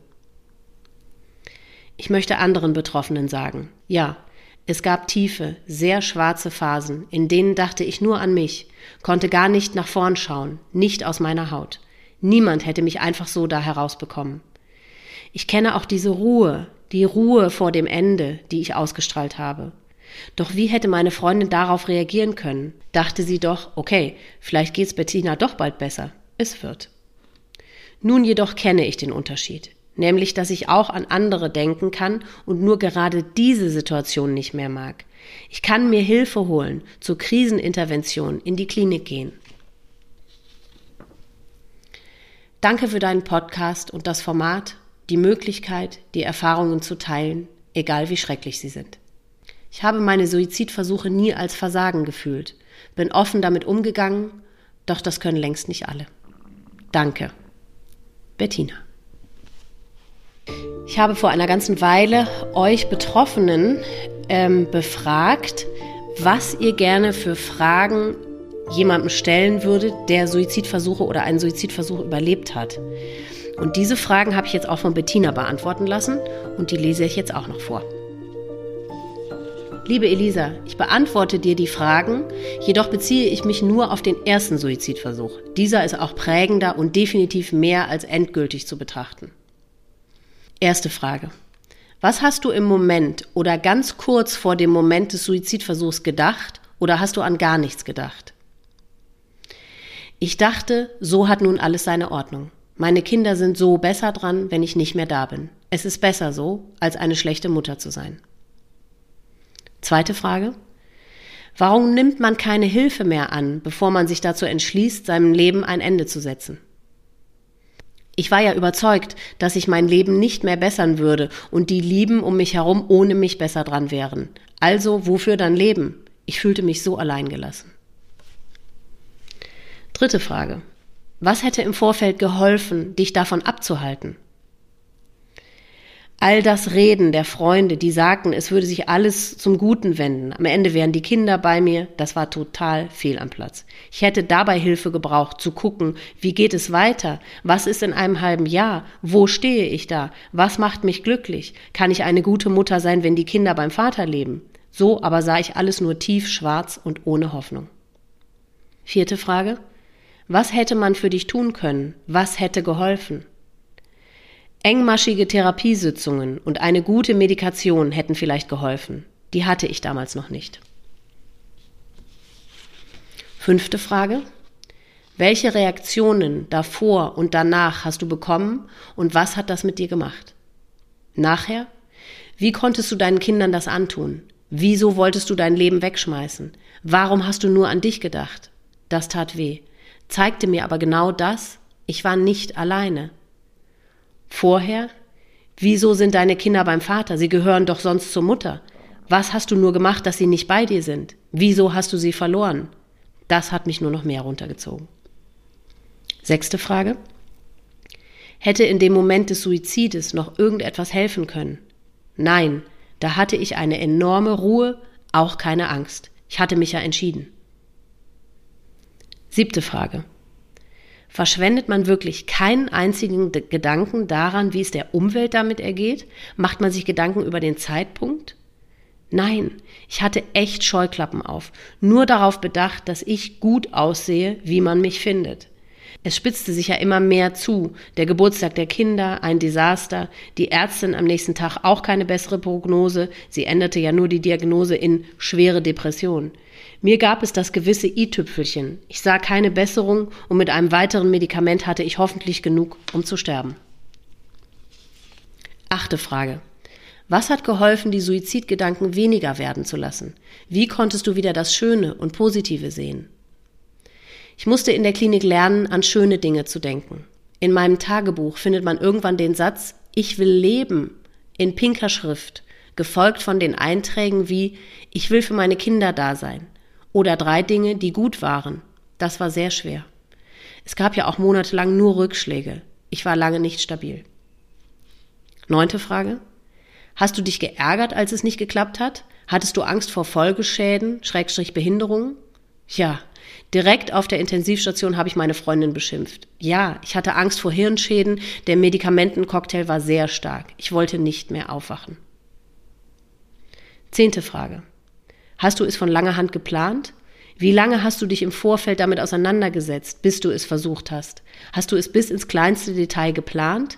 [SPEAKER 1] Ich möchte anderen Betroffenen sagen, ja, es gab tiefe, sehr schwarze Phasen, in denen dachte ich nur an mich, konnte gar nicht nach vorn schauen, nicht aus meiner Haut. Niemand hätte mich einfach so da herausbekommen. Ich kenne auch diese Ruhe, die Ruhe vor dem Ende, die ich ausgestrahlt habe. Doch wie hätte meine Freundin darauf reagieren können? Dachte sie doch, okay, vielleicht geht's Bettina doch bald besser. Es wird. Nun jedoch kenne ich den Unterschied, nämlich, dass ich auch an andere denken kann und nur gerade diese Situation nicht mehr mag. Ich kann mir Hilfe holen, zur Krisenintervention, in die Klinik gehen. Danke für deinen Podcast und das Format, die Möglichkeit, die Erfahrungen zu teilen, egal wie schrecklich sie sind. Ich habe meine Suizidversuche nie als Versagen gefühlt, bin offen damit umgegangen, doch das können längst nicht alle. Danke. Bettina. Ich habe vor einer ganzen Weile euch Betroffenen befragt, was ihr gerne für Fragen jemandem stellen würdet, der Suizidversuche oder einen Suizidversuch überlebt hat. Und diese Fragen habe ich jetzt auch von Bettina beantworten lassen und die lese ich jetzt auch noch vor. Liebe Elisa, ich beantworte dir die Fragen, jedoch beziehe ich mich nur auf den ersten Suizidversuch. Dieser ist auch prägender und definitiv mehr als endgültig zu betrachten. Erste Frage. Was hast du im Moment oder ganz kurz vor dem Moment des Suizidversuchs gedacht oder hast du an gar nichts gedacht? Ich dachte, so hat nun alles seine Ordnung. Meine Kinder sind so besser dran, wenn ich nicht mehr da bin. Es ist besser so, als eine schlechte Mutter zu sein. Zweite Frage. Warum nimmt man keine Hilfe mehr an, bevor man sich dazu entschließt, seinem Leben ein Ende zu setzen? Ich war ja überzeugt, dass sich mein Leben nicht mehr bessern würde und die Lieben um mich herum ohne mich besser dran wären. Also, wofür dann leben? Ich fühlte mich so alleingelassen. Dritte Frage. Was hätte im Vorfeld geholfen, dich davon abzuhalten? All das Reden der Freunde, die sagten, es würde sich alles zum Guten wenden. Am Ende wären die Kinder bei mir. Das war total fehl am Platz. Ich hätte dabei Hilfe gebraucht, zu gucken, wie geht es weiter? Was ist in einem halben Jahr? Wo stehe ich da? Was macht mich glücklich? Kann ich eine gute Mutter sein, wenn die Kinder beim Vater leben? So aber sah ich alles nur tief schwarz und ohne Hoffnung. Vierte Frage. Was hätte man für dich tun können? Was hätte geholfen? Engmaschige Therapiesitzungen und eine gute Medikation hätten vielleicht geholfen. Die hatte ich damals noch nicht. Fünfte Frage. Welche Reaktionen davor und danach hast du bekommen und was hat das mit dir gemacht? Nachher? Wie konntest du deinen Kindern das antun? Wieso wolltest du dein Leben wegschmeißen? Warum hast du nur an dich gedacht? Das tat weh. Zeigte mir aber genau das, ich war nicht alleine. Vorher? Wieso sind deine Kinder beim Vater? Sie gehören doch sonst zur Mutter. Was hast du nur gemacht, dass sie nicht bei dir sind? Wieso hast du sie verloren? Das hat mich nur noch mehr runtergezogen. Sechste Frage. Hätte in dem Moment des Suizides noch irgendetwas helfen können? Nein, da hatte ich eine enorme Ruhe, auch keine Angst. Ich hatte mich ja entschieden. Siebte Frage. Verschwendet man wirklich keinen einzigen Gedanken daran, wie es der Umwelt damit ergeht? Macht man sich Gedanken über den Zeitpunkt? Nein, ich hatte echt Scheuklappen auf, nur darauf bedacht, dass ich gut aussehe, wie man mich findet. Es spitzte sich ja immer mehr zu, der Geburtstag der Kinder, ein Desaster, die Ärztin am nächsten Tag auch keine bessere Prognose, sie änderte ja nur die Diagnose in schwere Depression. Mir gab es das gewisse i-Tüpfelchen. Ich sah keine Besserung und mit einem weiteren Medikament hatte ich hoffentlich genug, um zu sterben. Achte Frage. Was hat geholfen, die Suizidgedanken weniger werden zu lassen? Wie konntest du wieder das Schöne und Positive sehen? Ich musste in der Klinik lernen, an schöne Dinge zu denken. In meinem Tagebuch findet man irgendwann den Satz, ich will leben, in pinker Schrift, gefolgt von den Einträgen wie, ich will für meine Kinder da sein. Oder 3 Dinge, die gut waren. Das war sehr schwer. Es gab ja auch monatelang nur Rückschläge. Ich war lange nicht stabil. 9. Frage. Hast du dich geärgert, als es nicht geklappt hat? Hattest du Angst vor Folgeschäden, Behinderungen? Ja, direkt auf der Intensivstation habe ich meine Freundin beschimpft. Ja, ich hatte Angst vor Hirnschäden, der Medikamentencocktail war sehr stark. Ich wollte nicht mehr aufwachen. 10. Frage. Hast du es von langer Hand geplant? Wie lange hast du dich im Vorfeld damit auseinandergesetzt, bis du es versucht hast? Hast du es bis ins kleinste Detail geplant?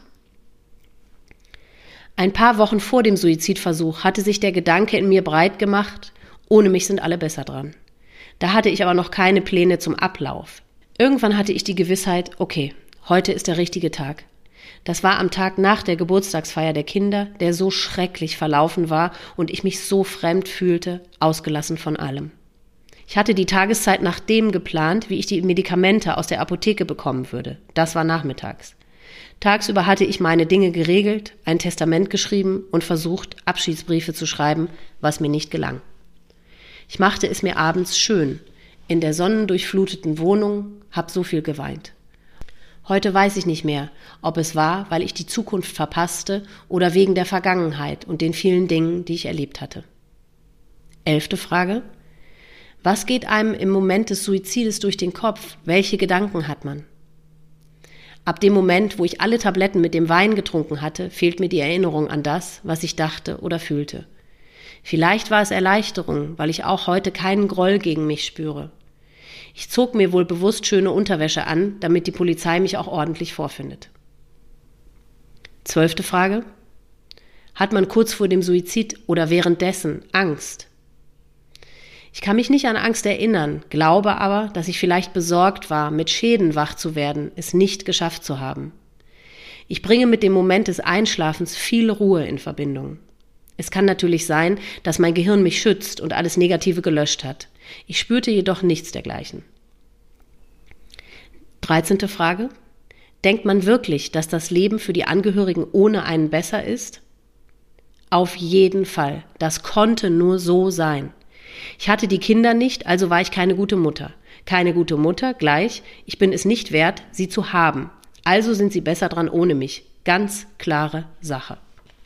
[SPEAKER 1] Ein paar Wochen vor dem Suizidversuch hatte sich der Gedanke in mir breit gemacht, ohne mich sind alle besser dran. Da hatte ich aber noch keine Pläne zum Ablauf. Irgendwann hatte ich die Gewissheit, okay, heute ist der richtige Tag. Das war am Tag nach der Geburtstagsfeier der Kinder, der so schrecklich verlaufen war und ich mich so fremd fühlte, ausgelassen von allem. Ich hatte die Tageszeit nach dem geplant, wie ich die Medikamente aus der Apotheke bekommen würde. Das war nachmittags. Tagsüber hatte ich meine Dinge geregelt, ein Testament geschrieben und versucht, Abschiedsbriefe zu schreiben, was mir nicht gelang. Ich machte es mir abends schön. In der sonnendurchfluteten Wohnung, hab so viel geweint. Heute weiß ich nicht mehr, ob es war, weil ich die Zukunft verpasste oder wegen der Vergangenheit und den vielen Dingen, die ich erlebt hatte. 11. Frage. Was geht einem im Moment des Suizides durch den Kopf? Welche Gedanken hat man? Ab dem Moment, wo ich alle Tabletten mit dem Wein getrunken hatte, fehlt mir die Erinnerung an das, was ich dachte oder fühlte. Vielleicht war es Erleichterung, weil ich auch heute keinen Groll gegen mich spüre. Ich zog mir wohl bewusst schöne Unterwäsche an, damit die Polizei mich auch ordentlich vorfindet. 12. Frage. Hat man kurz vor dem Suizid oder währenddessen Angst? Ich kann mich nicht an Angst erinnern, glaube aber, dass ich vielleicht besorgt war, mit Schäden wach zu werden, es nicht geschafft zu haben. Ich bringe mit dem Moment des Einschlafens viel Ruhe in Verbindung. Es kann natürlich sein, dass mein Gehirn mich schützt und alles Negative gelöscht hat. Ich spürte jedoch nichts dergleichen. 13. Frage. Denkt man wirklich, dass das Leben für die Angehörigen ohne einen besser ist? Auf jeden Fall. Das konnte nur so sein. Ich hatte die Kinder nicht, also war ich keine gute Mutter. Keine gute Mutter gleich, ich bin es nicht wert, sie zu haben. Also sind sie besser dran ohne mich. Ganz klare Sache.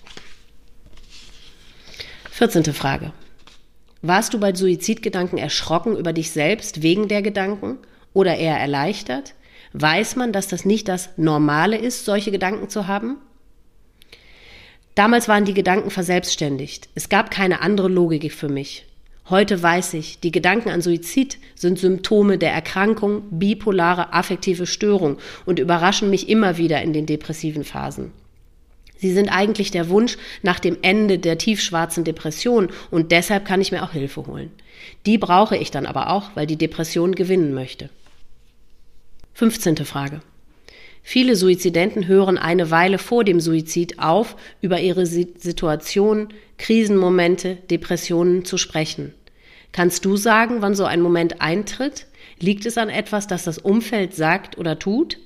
[SPEAKER 1] 14. Frage. Warst du bei Suizidgedanken erschrocken über dich selbst wegen der Gedanken oder eher erleichtert? Weiß man, dass das nicht das Normale ist, solche Gedanken zu haben? Damals waren die Gedanken verselbstständigt. Es gab keine andere Logik für mich. Heute weiß ich, die Gedanken an Suizid sind Symptome der Erkrankung bipolare affektive Störung und überraschen mich immer wieder in den depressiven Phasen. Sie sind eigentlich der Wunsch nach dem Ende der tiefschwarzen Depression und deshalb kann ich mir auch Hilfe holen. Die brauche ich dann aber auch, weil die Depression gewinnen möchte. 15. Frage. Viele Suizidenten hören eine Weile vor dem Suizid auf, über ihre Situation, Krisenmomente, Depressionen zu sprechen. Kannst du sagen, wann so ein Moment eintritt? Liegt es an etwas, das das Umfeld sagt oder tut?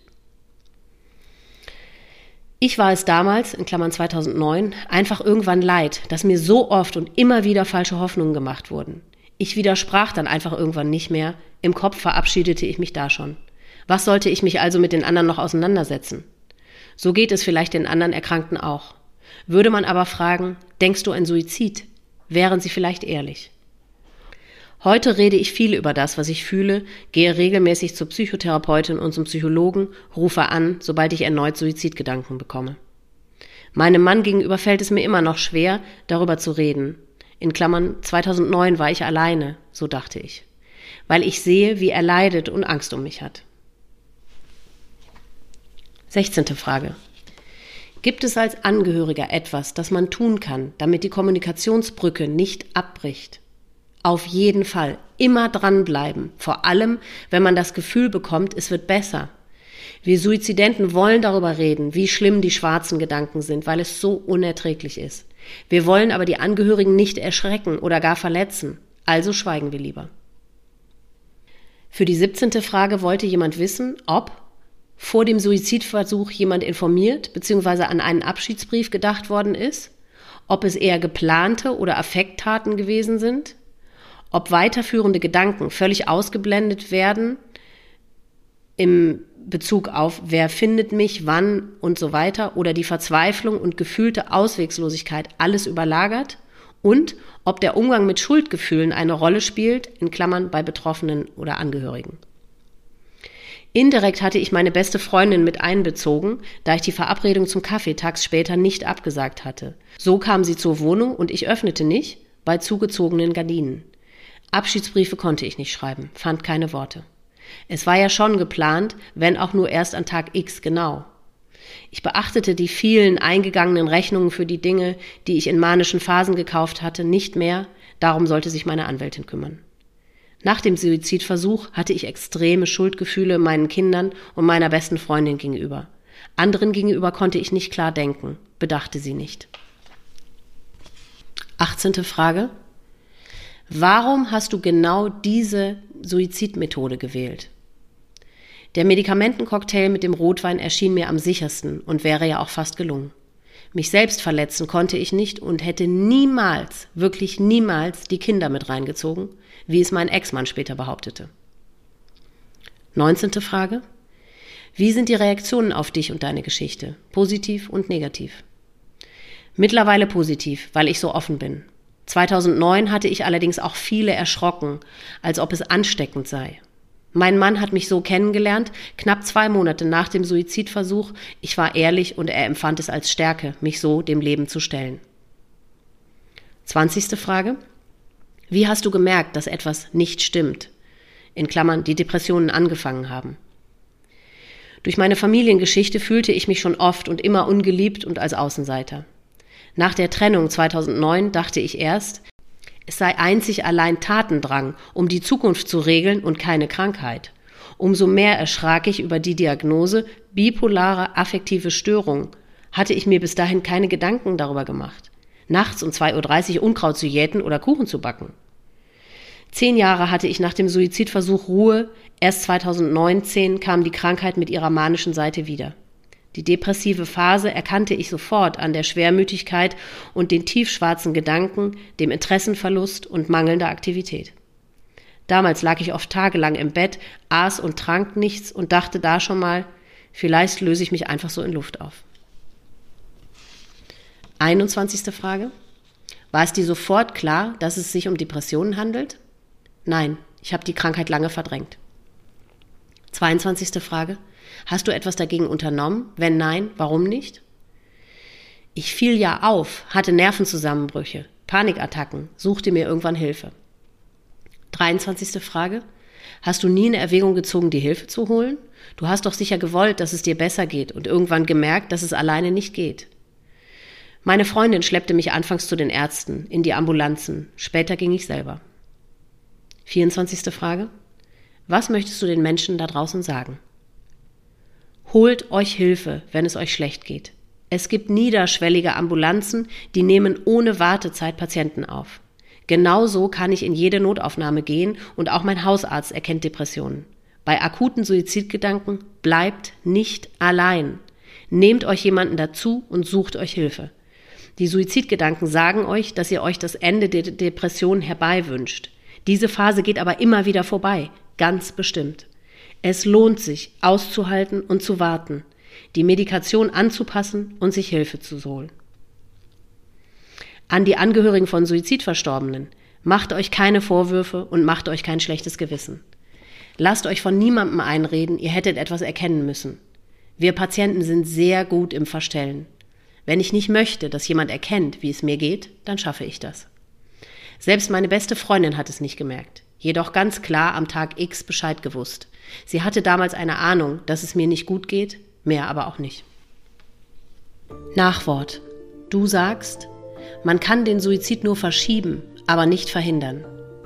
[SPEAKER 1] Ich war es damals, in Klammern 2009, einfach irgendwann leid, dass mir so oft und immer wieder falsche Hoffnungen gemacht wurden. Ich widersprach dann einfach irgendwann nicht mehr, im Kopf verabschiedete ich mich da schon. Was sollte ich mich also mit den anderen noch auseinandersetzen? So geht es vielleicht den anderen Erkrankten auch. Würde man aber fragen, denkst du an Suizid? Wären sie vielleicht ehrlich. Heute rede ich viel über das, was ich fühle, gehe regelmäßig zur Psychotherapeutin und zum Psychologen, rufe an, sobald ich erneut Suizidgedanken bekomme. Meinem Mann gegenüber fällt es mir immer noch schwer, darüber zu reden. In Klammern 2009 war ich alleine, so dachte ich. Weil ich sehe, wie er leidet und Angst um mich hat. 16. Frage. Gibt es als Angehöriger etwas, das man tun kann, damit die Kommunikationsbrücke nicht abbricht? Auf jeden Fall. Immer dranbleiben. Vor allem, wenn man das Gefühl bekommt, es wird besser. Wir Suizidenten wollen darüber reden, wie schlimm die schwarzen Gedanken sind, weil es so unerträglich ist. Wir wollen aber die Angehörigen nicht erschrecken oder gar verletzen. Also schweigen wir lieber. Für die 17. Frage wollte jemand wissen, ob vor dem Suizidversuch jemand informiert bzw. an einen Abschiedsbrief gedacht worden ist, ob es eher geplante oder Affekttaten gewesen sind, ob weiterführende Gedanken völlig ausgeblendet werden im Bezug auf wer findet mich, wann und so weiter oder die Verzweiflung und gefühlte Ausweglosigkeit alles überlagert und ob der Umgang mit Schuldgefühlen eine Rolle spielt, in Klammern bei Betroffenen oder Angehörigen. Indirekt hatte ich meine beste Freundin mit einbezogen, da ich die Verabredung zum Kaffee tags später nicht abgesagt hatte. So kam sie zur Wohnung und ich öffnete nicht bei zugezogenen Gardinen. Abschiedsbriefe konnte ich nicht schreiben, fand keine Worte. Es war ja schon geplant, wenn auch nur erst an Tag X genau. Ich beachtete die vielen eingegangenen Rechnungen für die Dinge, die ich in manischen Phasen gekauft hatte, nicht mehr, darum sollte sich meine Anwältin kümmern. Nach dem Suizidversuch hatte ich extreme Schuldgefühle meinen Kindern und meiner besten Freundin gegenüber. Anderen gegenüber konnte ich nicht klar denken, bedachte sie nicht. 18. Frage. Warum hast du genau diese Suizidmethode gewählt? Der Medikamentencocktail mit dem Rotwein erschien mir am sichersten und wäre ja auch fast gelungen. Mich selbst verletzen konnte ich nicht und hätte niemals, wirklich niemals die Kinder mit reingezogen, wie es mein Ex-Mann später behauptete. 19. Frage. Wie sind die Reaktionen auf dich und deine Geschichte? Positiv und negativ? Mittlerweile positiv, weil ich so offen bin. 2009 hatte ich allerdings auch viele erschrocken, als ob es ansteckend sei. Mein Mann hat mich so kennengelernt, knapp 2 Monate nach dem Suizidversuch. Ich war ehrlich und er empfand es als Stärke, mich so dem Leben zu stellen. 20. Frage. Wie hast du gemerkt, dass etwas nicht stimmt? In Klammern, die Depressionen angefangen haben. Durch meine Familiengeschichte fühlte ich mich schon oft und immer ungeliebt und als Außenseiter. Nach der Trennung 2009 dachte ich erst, es sei einzig allein Tatendrang, um die Zukunft zu regeln und keine Krankheit. Umso mehr erschrak ich über die Diagnose bipolare affektive Störung. Hatte ich mir bis dahin keine Gedanken darüber gemacht. Nachts um 2:30 Uhr Unkraut zu jäten oder Kuchen zu backen. 10 Jahre hatte ich nach dem Suizidversuch Ruhe. Erst 2019 kam die Krankheit mit ihrer manischen Seite wieder. Die depressive Phase erkannte ich sofort an der Schwermütigkeit und den tiefschwarzen Gedanken, dem Interessenverlust und mangelnder Aktivität. Damals lag ich oft tagelang im Bett, aß und trank nichts und dachte da schon mal, vielleicht löse ich mich einfach so in Luft auf. 21. Frage. War es dir sofort klar, dass es sich um Depressionen handelt? Nein, ich habe die Krankheit lange verdrängt. 22. Frage. Hast du etwas dagegen unternommen? Wenn nein, warum nicht? Ich fiel ja auf, hatte Nervenzusammenbrüche, Panikattacken, suchte mir irgendwann Hilfe. 23. Frage. Hast du nie in Erwägung gezogen, die Hilfe zu holen? Du hast doch sicher gewollt, dass es dir besser geht und irgendwann gemerkt, dass es alleine nicht geht. Meine Freundin schleppte mich anfangs zu den Ärzten, in die Ambulanzen. Später ging ich selber. 24. Frage. Was möchtest du den Menschen da draußen sagen? Holt euch Hilfe, wenn es euch schlecht geht. Es gibt niederschwellige Ambulanzen, die nehmen ohne Wartezeit Patienten auf. Genauso kann ich in jede Notaufnahme gehen und auch mein Hausarzt erkennt Depressionen. Bei akuten Suizidgedanken bleibt nicht allein. Nehmt euch jemanden dazu und sucht euch Hilfe. Die Suizidgedanken sagen euch, dass ihr euch das Ende der Depression herbeiwünscht. Diese Phase geht aber immer wieder vorbei, ganz bestimmt. Es lohnt sich, auszuhalten und zu warten, die Medikation anzupassen und sich Hilfe zu holen. An die Angehörigen von Suizidverstorbenen, macht euch keine Vorwürfe und macht euch kein schlechtes Gewissen. Lasst euch von niemandem einreden, ihr hättet etwas erkennen müssen. Wir Patienten sind sehr gut im Verstellen. Wenn ich nicht möchte, dass jemand erkennt, wie es mir geht, dann schaffe ich das. Selbst meine beste Freundin hat es nicht gemerkt, jedoch ganz klar am Tag X Bescheid gewusst. Sie hatte damals eine Ahnung, dass es mir nicht gut geht, mehr aber auch nicht. Nachwort. Du sagst, man kann den Suizid nur verschieben, aber nicht verhindern.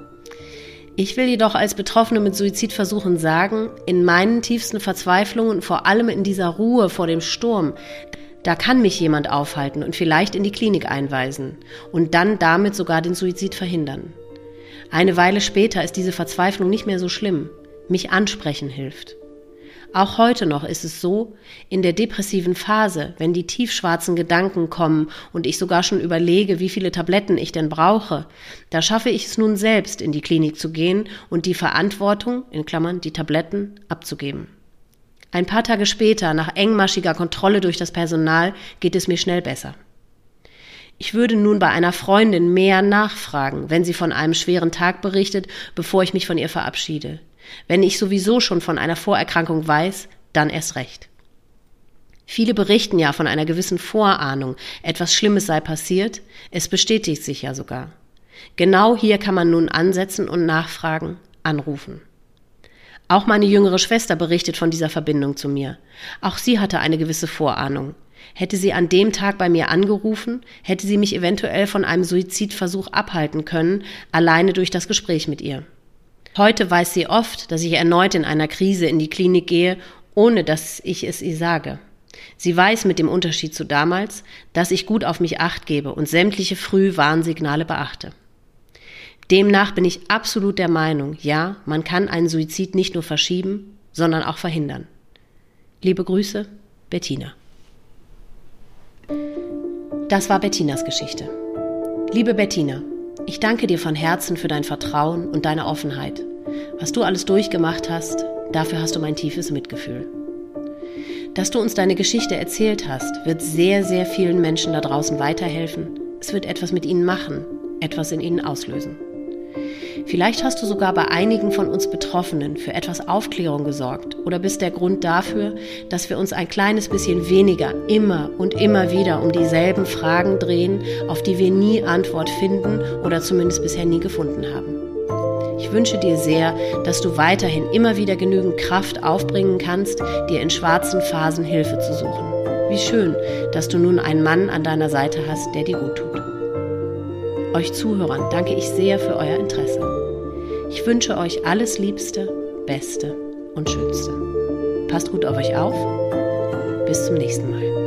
[SPEAKER 1] Ich will jedoch als Betroffene mit Suizidversuchen sagen, in meinen tiefsten Verzweiflungen und vor allem in dieser Ruhe vor dem Sturm, da kann mich jemand aufhalten und vielleicht in die Klinik einweisen und dann damit sogar den Suizid verhindern. Eine Weile später ist diese Verzweiflung nicht mehr so schlimm. Mich ansprechen hilft. Auch heute noch ist es so, in der depressiven Phase, wenn die tiefschwarzen Gedanken kommen und ich sogar schon überlege, wie viele Tabletten ich denn brauche, da schaffe ich es nun selbst, in die Klinik zu gehen und die Verantwortung, in Klammern die Tabletten, abzugeben. Ein paar Tage später, nach engmaschiger Kontrolle durch das Personal, geht es mir schnell besser. Ich würde nun bei einer Freundin mehr nachfragen, wenn sie von einem schweren Tag berichtet, bevor ich mich von ihr verabschiede. Wenn ich sowieso schon von einer Vorerkrankung weiß, dann erst recht. Viele berichten ja von einer gewissen Vorahnung, etwas Schlimmes sei passiert, es bestätigt sich ja sogar. Genau hier kann man nun ansetzen und nachfragen, anrufen. Auch meine jüngere Schwester berichtet von dieser Verbindung zu mir. Auch sie hatte eine gewisse Vorahnung. Hätte sie an dem Tag bei mir angerufen, hätte sie mich eventuell von einem Suizidversuch abhalten können, alleine durch das Gespräch mit ihr. Heute weiß sie oft, dass ich erneut in einer Krise in die Klinik gehe, ohne dass ich es ihr sage. Sie weiß mit dem Unterschied zu damals, dass ich gut auf mich Acht gebe und sämtliche Frühwarnsignale beachte. Demnach bin ich absolut der Meinung, ja, man kann einen Suizid nicht nur verschieben, sondern auch verhindern. Liebe Grüße, Bettina. Das war Bettinas Geschichte. Liebe Bettina, ich danke dir von Herzen für dein Vertrauen und deine Offenheit. Was du alles durchgemacht hast, dafür hast du mein tiefes Mitgefühl. Dass du uns deine Geschichte erzählt hast, wird sehr, sehr vielen Menschen da draußen weiterhelfen. Es wird etwas mit ihnen machen, etwas in ihnen auslösen. Vielleicht hast du sogar bei einigen von uns Betroffenen für etwas Aufklärung gesorgt oder bist der Grund dafür, dass wir uns ein kleines bisschen weniger immer und immer wieder um dieselben Fragen drehen, auf die wir nie Antwort finden oder zumindest bisher nie gefunden haben. Ich wünsche dir sehr, dass du weiterhin immer wieder genügend Kraft aufbringen kannst, dir in schwarzen Phasen Hilfe zu suchen. Wie schön, dass du nun einen Mann an deiner Seite hast, der dir gut tut. Euch Zuhörern danke ich sehr für euer Interesse. Ich wünsche euch alles Liebste, Beste und Schönste. Passt gut auf euch auf. Bis zum nächsten Mal.